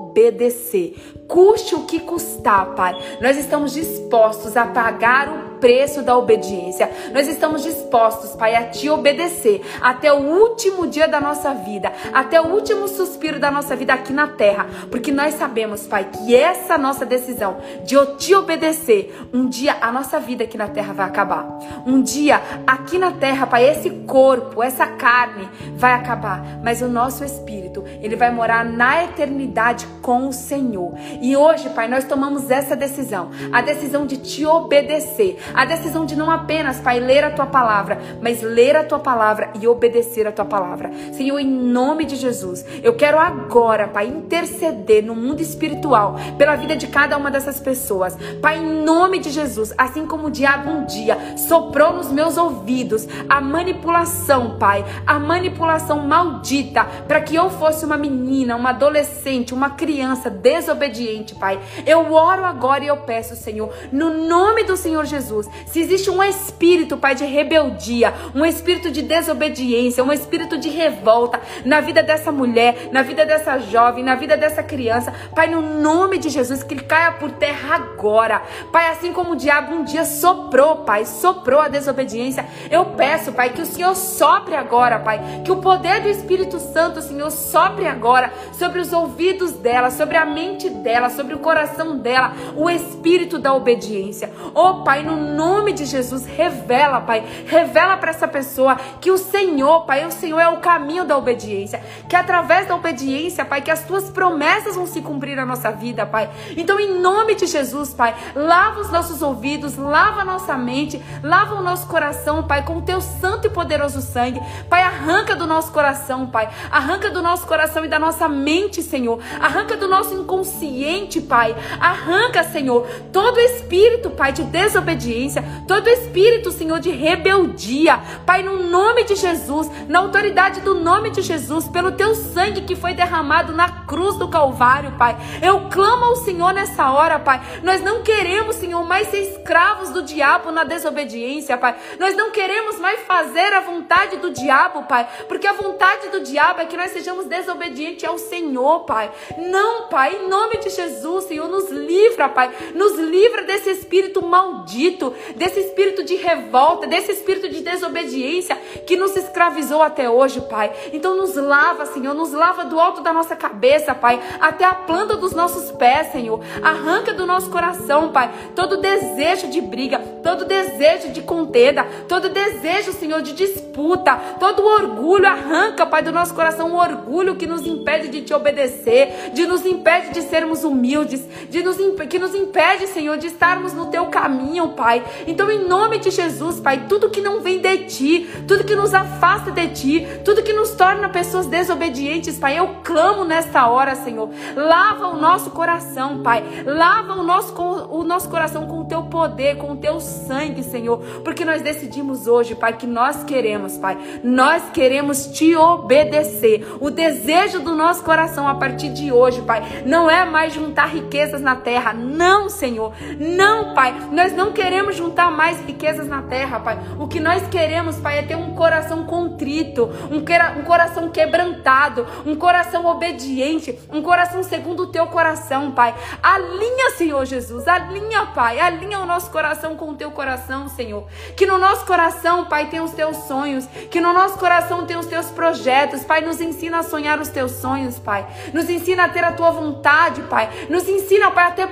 obedecer, custe o que custar, Pai. Nós estamos dispostos a pagar o preço da obediência. Nós estamos dispostos, Pai, a te obedecer até o último dia da nossa vida, até o último suspiro da nossa vida aqui na terra, porque nós sabemos, Pai, que essa nossa decisão de eu te obedecer, um dia a nossa vida aqui na terra vai acabar. Um dia aqui na terra, Pai, esse corpo, essa carne vai acabar, mas o nosso espírito, ele vai morar na eternidade com o Senhor. E hoje, Pai, nós tomamos essa decisão, a decisão de te obedecer, a decisão de não apenas, Pai, ler a tua palavra, mas ler a tua palavra e obedecer a tua palavra. Senhor, em nome de Jesus, eu quero agora, Pai, interceder no mundo espiritual pela vida de cada uma dessas pessoas. Pai, em nome de Jesus, assim como o diabo um dia soprou nos meus ouvidos a manipulação, Pai, a manipulação maldita para que eu fosse uma menina, uma adolescente, uma criança desobediente, Pai. Eu oro agora e eu peço, Senhor, no nome do Senhor Jesus, se existe um espírito, Pai, de rebeldia, um espírito de desobediência, um espírito de revolta na vida dessa mulher, na vida dessa jovem, na vida dessa criança, Pai, no nome de Jesus, que ele caia por terra agora. Pai, assim como o diabo um dia soprou, Pai, soprou a desobediência, eu peço, Pai, que o Senhor sopre agora, Pai, que o poder do Espírito Santo, Senhor, sopre agora sobre os ouvidos dela, sobre a mente dela, sobre o coração dela, o espírito da obediência. Oh, Pai, no nome de Jesus, revela, Pai, revela para essa pessoa que o Senhor, Pai, o Senhor é o caminho da obediência, que através da obediência, Pai, que as tuas promessas vão se cumprir na nossa vida, Pai. Então, em nome de Jesus, Pai, lava os nossos ouvidos, lava a nossa mente, lava o nosso coração, Pai, com o teu santo e poderoso sangue. Pai, arranca do nosso coração, Pai, arranca do nosso coração e da nossa mente, Senhor, arranca do nosso inconsciente, Pai, arranca, Senhor, todo espírito, Pai, de desobediência, desobediência, todo espírito, Senhor, de rebeldia, Pai, no nome de Jesus, na autoridade do nome de Jesus, pelo teu sangue que foi derramado na cruz do Calvário, Pai, eu clamo ao Senhor nessa hora, Pai. Nós não queremos, Senhor, mais ser escravos do diabo na desobediência, Pai. Nós não queremos mais fazer a vontade do diabo, Pai, porque a vontade do diabo é que nós sejamos desobedientes ao Senhor, Pai. Não, Pai, em nome de Jesus, Senhor, nos livra, Pai, nos livra desse espírito maldito, desse espírito de revolta, desse espírito de desobediência que nos escravizou até hoje, Pai. Então nos lava, Senhor, nos lava do alto da nossa cabeça, Pai, até a planta dos nossos pés, Senhor. Arranca do nosso coração, Pai, todo desejo de briga, todo desejo de contenda, todo desejo, Senhor, de disputa, todo orgulho. Arranca, Pai, do nosso coração o orgulho que nos impede de te obedecer, de nos impede de sermos humildes, que nos impede, Senhor, de estarmos no teu caminho, Pai. Então, em nome de Jesus, Pai, tudo que não vem de ti, tudo que nos afasta de ti, tudo que nos torna pessoas desobedientes, Pai, eu clamo nesta hora, Senhor. Lava o nosso coração, Pai. Lava o nosso coração com o teu poder, com o teu sangue, Senhor. Porque nós decidimos hoje, Pai, que nós queremos, Pai. Nós queremos te obedecer. O desejo do nosso coração a partir de hoje, Pai, não é mais juntar riquezas na terra. Não, Senhor. Não, Pai. Nós não queremos juntar mais riquezas na terra, Pai. O que nós queremos, Pai, é ter um coração contrito, um coração quebrantado, um coração obediente, um coração segundo o teu coração, Pai. Alinha, Senhor Jesus, alinha, Pai, alinha o nosso coração com o teu coração, Senhor. Que no nosso coração, Pai, tem os teus sonhos, que no nosso coração tem os teus projetos, Pai. Nos ensina a sonhar os teus sonhos, Pai. Nos ensina a ter a tua vontade, Pai. Nos ensina, Pai, a ter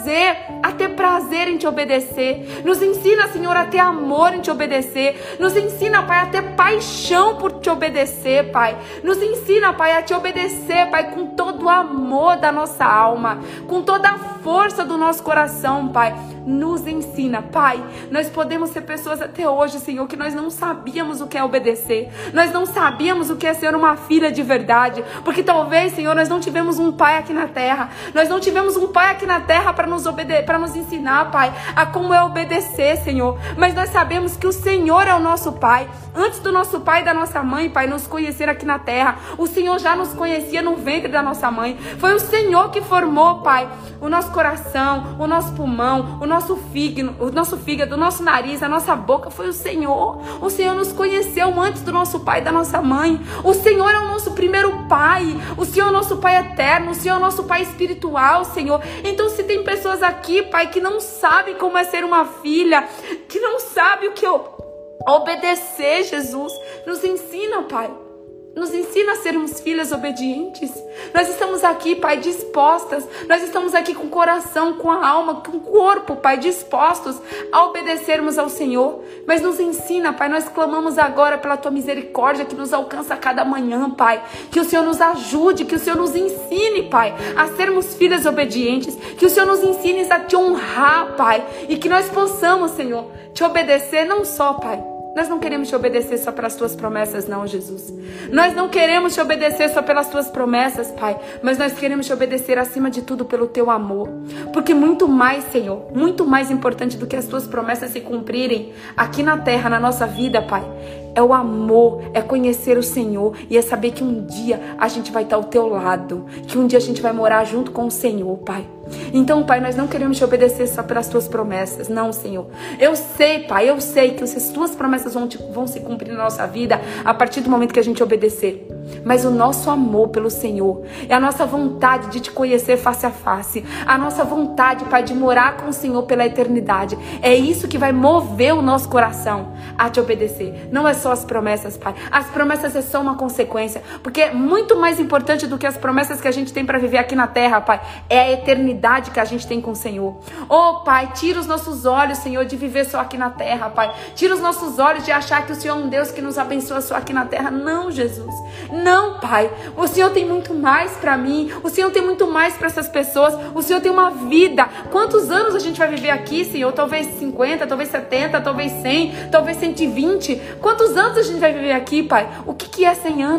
prazer em te obedecer. Nos ensina, Senhor, a ter amor em te obedecer. Nos ensina, Pai, a ter paixão por te obedecer, Pai. Nos ensina, Pai, a te obedecer, Pai, com todo o amor da nossa alma, com toda a força do nosso coração, Pai. Nos ensina, Pai. Nós podemos ser pessoas até hoje, Senhor, que nós não sabíamos o que é obedecer. Nós não sabíamos o que é ser uma filha de verdade, porque talvez, Senhor, nós não tivemos um pai aqui na terra. Nós não tivemos um pai aqui na terra para nos ensinar, Pai, a como é obedecer, Senhor. Mas nós sabemos que o Senhor é o nosso Pai. Antes do nosso pai e da nossa mãe, Pai, nos conhecer aqui na terra, o Senhor já nos conhecia no ventre da nossa mãe. Foi o Senhor que formou, Pai, o nosso coração, o nosso pulmão, o nosso fígado, o nosso nariz, a nossa boca. Foi o Senhor. O Senhor nos conheceu antes do nosso pai e da nossa mãe. O Senhor é o nosso primeiro Pai. O Senhor é o nosso Pai eterno. O Senhor é o nosso Pai espiritual, Senhor. Então, se tem pessoas aqui, Pai, que não sabem como é ser uma filha, que não sabem o que é obedecer, Jesus, nos ensina, Pai. Nos ensina a sermos filhas obedientes. Nós estamos aqui, Pai, dispostas. Nós estamos aqui com o coração, com a alma, com o corpo, Pai, dispostos a obedecermos ao Senhor. Mas nos ensina, Pai. Nós clamamos agora pela Tua misericórdia que nos alcança a cada manhã, Pai. Que o Senhor nos ajude, que o Senhor nos ensine, Pai, a sermos filhas obedientes. Que o Senhor nos ensine a Te honrar, Pai. E que nós possamos, Senhor, Te obedecer não só, Pai. Nós não queremos te obedecer só pelas tuas promessas, não, Jesus. Nós não queremos te obedecer só pelas tuas promessas, Pai. Mas nós queremos te obedecer acima de tudo pelo teu amor. Porque muito mais, Senhor, muito mais importante do que as tuas promessas se cumprirem aqui na terra, na nossa vida, Pai, é o amor, é conhecer o Senhor e é saber que um dia a gente vai estar ao teu lado, que um dia a gente vai morar junto com o Senhor, Pai. Então, Pai, nós não queremos te obedecer só pelas tuas promessas, não, Senhor. Eu sei, Pai, eu sei que as tuas promessas vão se cumprir na nossa vida a partir do momento que a gente obedecer. Mas o nosso amor pelo Senhor, é a nossa vontade de te conhecer face a face, a nossa vontade, Pai, de morar com o Senhor pela eternidade. É isso que vai mover o nosso coração a te obedecer. Não é só as promessas, Pai. As promessas é só uma consequência, porque é muito mais importante do que as promessas que a gente tem para viver aqui na terra, Pai, é a eternidade que a gente tem com o Senhor. Oh, Pai, tira os nossos olhos, Senhor, de viver só aqui na terra, Pai. Tira os nossos olhos de achar que o Senhor é um Deus que nos abençoa só aqui na terra. Não, Jesus. Não, Pai. O Senhor tem muito mais para mim. O Senhor tem muito mais para essas pessoas. O Senhor tem uma vida. Quantos anos a gente vai viver aqui, Senhor? Talvez 50, talvez 70, talvez 100, talvez 120. Quantos anos a gente vai viver aqui, Pai? O que é 100 anos?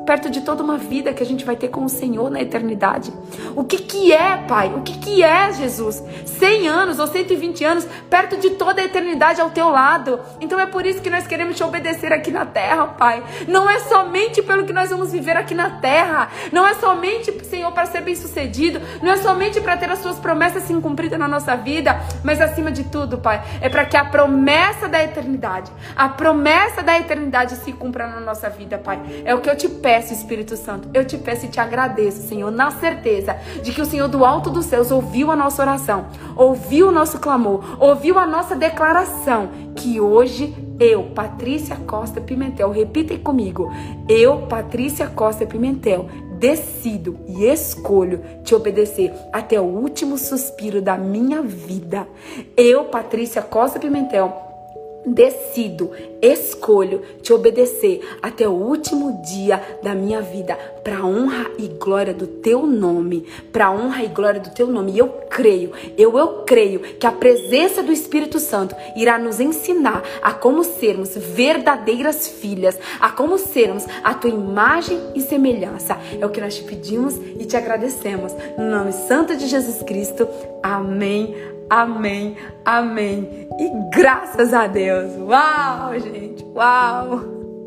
perto de toda uma vida que a gente vai ter com o Senhor na eternidade. O que é, Pai? O que é, Jesus? 100 anos ou 120 anos perto de toda a eternidade ao teu lado. Então é por isso que nós queremos te obedecer aqui na terra, Pai. Não é somente pelo que nós vamos viver aqui na terra. Não é somente, Senhor, para ser bem-sucedido. Não é somente para ter as suas promessas se cumpridas na nossa vida. Mas acima de tudo, Pai, é para que a promessa da eternidade, se cumpra na nossa vida, Pai. É o que eu te peço, Espírito Santo. Eu te peço e te agradeço, Senhor, na certeza de que o Senhor do alto dos céus ouviu a nossa oração, ouviu o nosso clamor, ouviu a nossa declaração, que hoje eu, Patrícia Costa Pimentel, repitem comigo, eu, Patrícia Costa Pimentel, decido e escolho te obedecer até o último suspiro da minha vida. Eu, Patrícia Costa Pimentel, decido, escolho te obedecer até o último dia da minha vida, para honra e glória do teu nome, para honra e glória do teu nome. E eu creio que a presença do Espírito Santo irá nos ensinar a como sermos verdadeiras filhas, a como sermos a tua imagem e semelhança. É o que nós te pedimos e te agradecemos. No nome santo de Jesus Cristo. Amém. Amém, amém. E graças a Deus. Uau, gente, uau.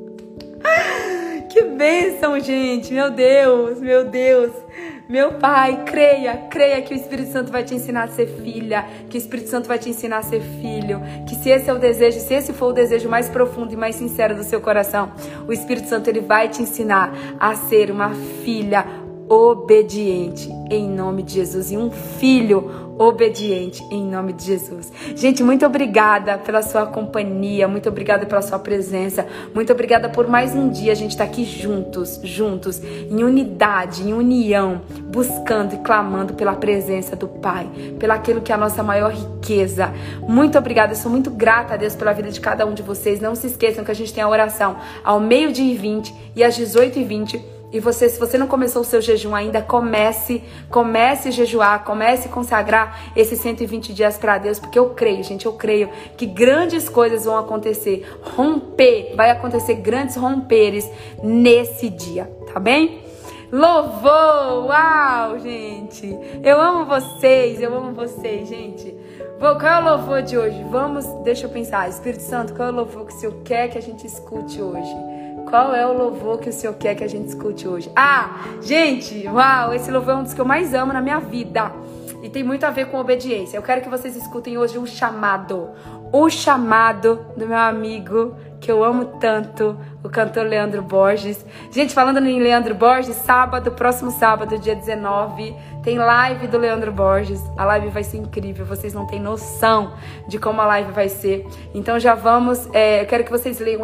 Que bênção, gente. Meu Deus, meu Deus. Meu Pai, creia que o Espírito Santo vai te ensinar a ser filha, que o Espírito Santo vai te ensinar a ser filho, que se esse é o desejo, se esse for o desejo mais profundo e mais sincero do seu coração, o Espírito Santo, ele vai te ensinar a ser uma filha obediente em nome de Jesus e um filho obediente em nome de Jesus. Gente, muito obrigada pela sua companhia, muito obrigada pela sua presença, muito obrigada por mais um dia a gente estar aqui juntos, em unidade, em união, buscando e clamando pela presença do Pai, pelo aquilo que é a nossa maior riqueza. Muito obrigada, eu sou muito grata a Deus pela vida de cada um de vocês. Não se esqueçam que a gente tem a oração ao 12h20 e às 18h20. E você, se você não começou o seu jejum ainda, comece a jejuar, comece a consagrar esses 120 dias para Deus, porque eu creio, gente, eu creio que grandes coisas vão acontecer, vai acontecer grandes romperes nesse dia, tá bem? Louvor, uau, gente, eu amo vocês, gente. Qual é o louvor de hoje? Deixa eu pensar, Espírito Santo, qual é o louvor que o Senhor quer que a gente escute hoje? Qual é o louvor que o Senhor quer que a gente escute hoje? Gente, uau, esse louvor é um dos que eu mais amo na minha vida. E tem muito a ver com obediência. Eu quero que vocês escutem hoje o chamado do meu amigo, que eu amo tanto, o cantor Leandro Borges. Gente, falando em Leandro Borges, próximo sábado, dia 19, tem live do Leandro Borges. A live vai ser incrível, vocês não têm noção de como a live vai ser. Então já vamos, eu quero que vocês leiam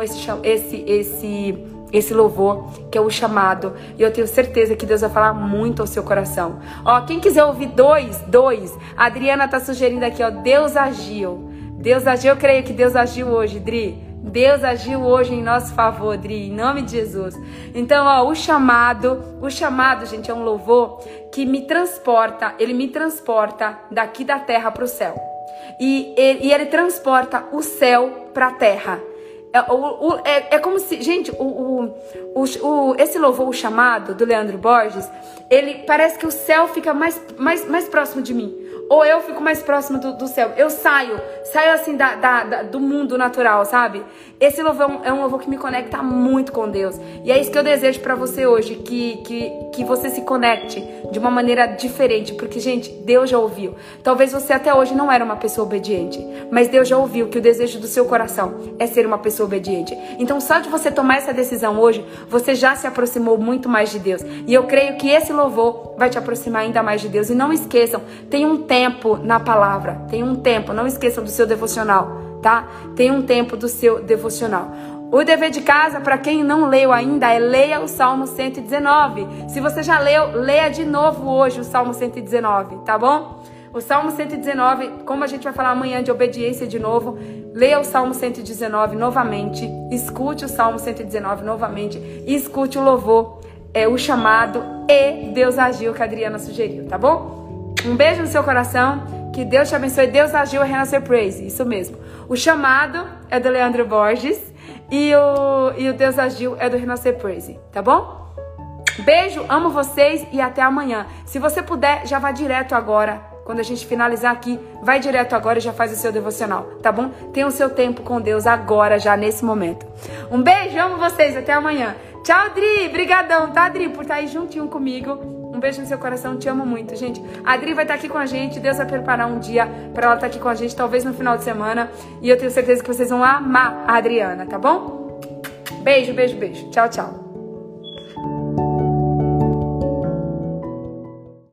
esse louvor, que é o chamado. E eu tenho certeza que Deus vai falar muito ao seu coração. Ó, quem quiser ouvir dois, a Adriana tá sugerindo aqui, ó, Deus agiu, eu creio que Deus agiu hoje, Dri. Deus agiu hoje em nosso favor, Dri, em nome de Jesus. Então, ó, o chamado, gente, é um louvor que ele me transporta daqui da terra para o céu. E ele transporta o céu para a terra. É como se, gente, esse louvor, o chamado do Leandro Borges, ele parece que o céu fica mais próximo de mim. Ou eu fico mais próximo do céu. Eu saio assim do mundo natural, sabe? Esse louvor é um louvor que me conecta muito com Deus. E é isso que eu desejo pra você hoje, que você se conecte de uma maneira diferente. Porque, gente, Deus já ouviu. Talvez você até hoje não era uma pessoa obediente, mas Deus já ouviu que o desejo do seu coração é ser uma pessoa obediente. Então, só de você tomar essa decisão hoje, você já se aproximou muito mais de Deus. E eu creio que esse louvor vai te aproximar ainda mais de Deus. E não esqueçam, tem um tempo na palavra, não esqueçam do seu devocional, tá? Tem um tempo do seu devocional. O dever de casa, para quem não leu ainda, é leia o Salmo 119. Se você já leu, leia de novo hoje o Salmo 119, tá bom? O Salmo 119, como a gente vai falar amanhã de obediência de novo, leia o Salmo 119 novamente, escute o Salmo 119 novamente e escute o louvor, o chamado e Deus agiu, que a Adriana sugeriu, tá bom? Um beijo no seu coração, que Deus te abençoe. Deus agiu a Renascer Praise, isso mesmo. O chamado é do Leandro Borges e o Deus agiu é do Renascer Praise, tá bom? Beijo, amo vocês e até amanhã. Se você puder, já vá direto agora. Quando a gente finalizar aqui, vai direto agora e já faz o seu devocional, tá bom? Tenha o seu tempo com Deus agora, já nesse momento. Um beijo, amo vocês, até amanhã. Tchau, Dri, brigadão, tá, Dri, por estar aí juntinho comigo. Um beijo no seu coração, te amo muito, gente. A Adri vai estar aqui com a gente, Deus vai preparar um dia para ela estar aqui com a gente, talvez no final de semana. E eu tenho certeza que vocês vão amar a Adriana, tá bom? Beijo, beijo, beijo. Tchau, tchau.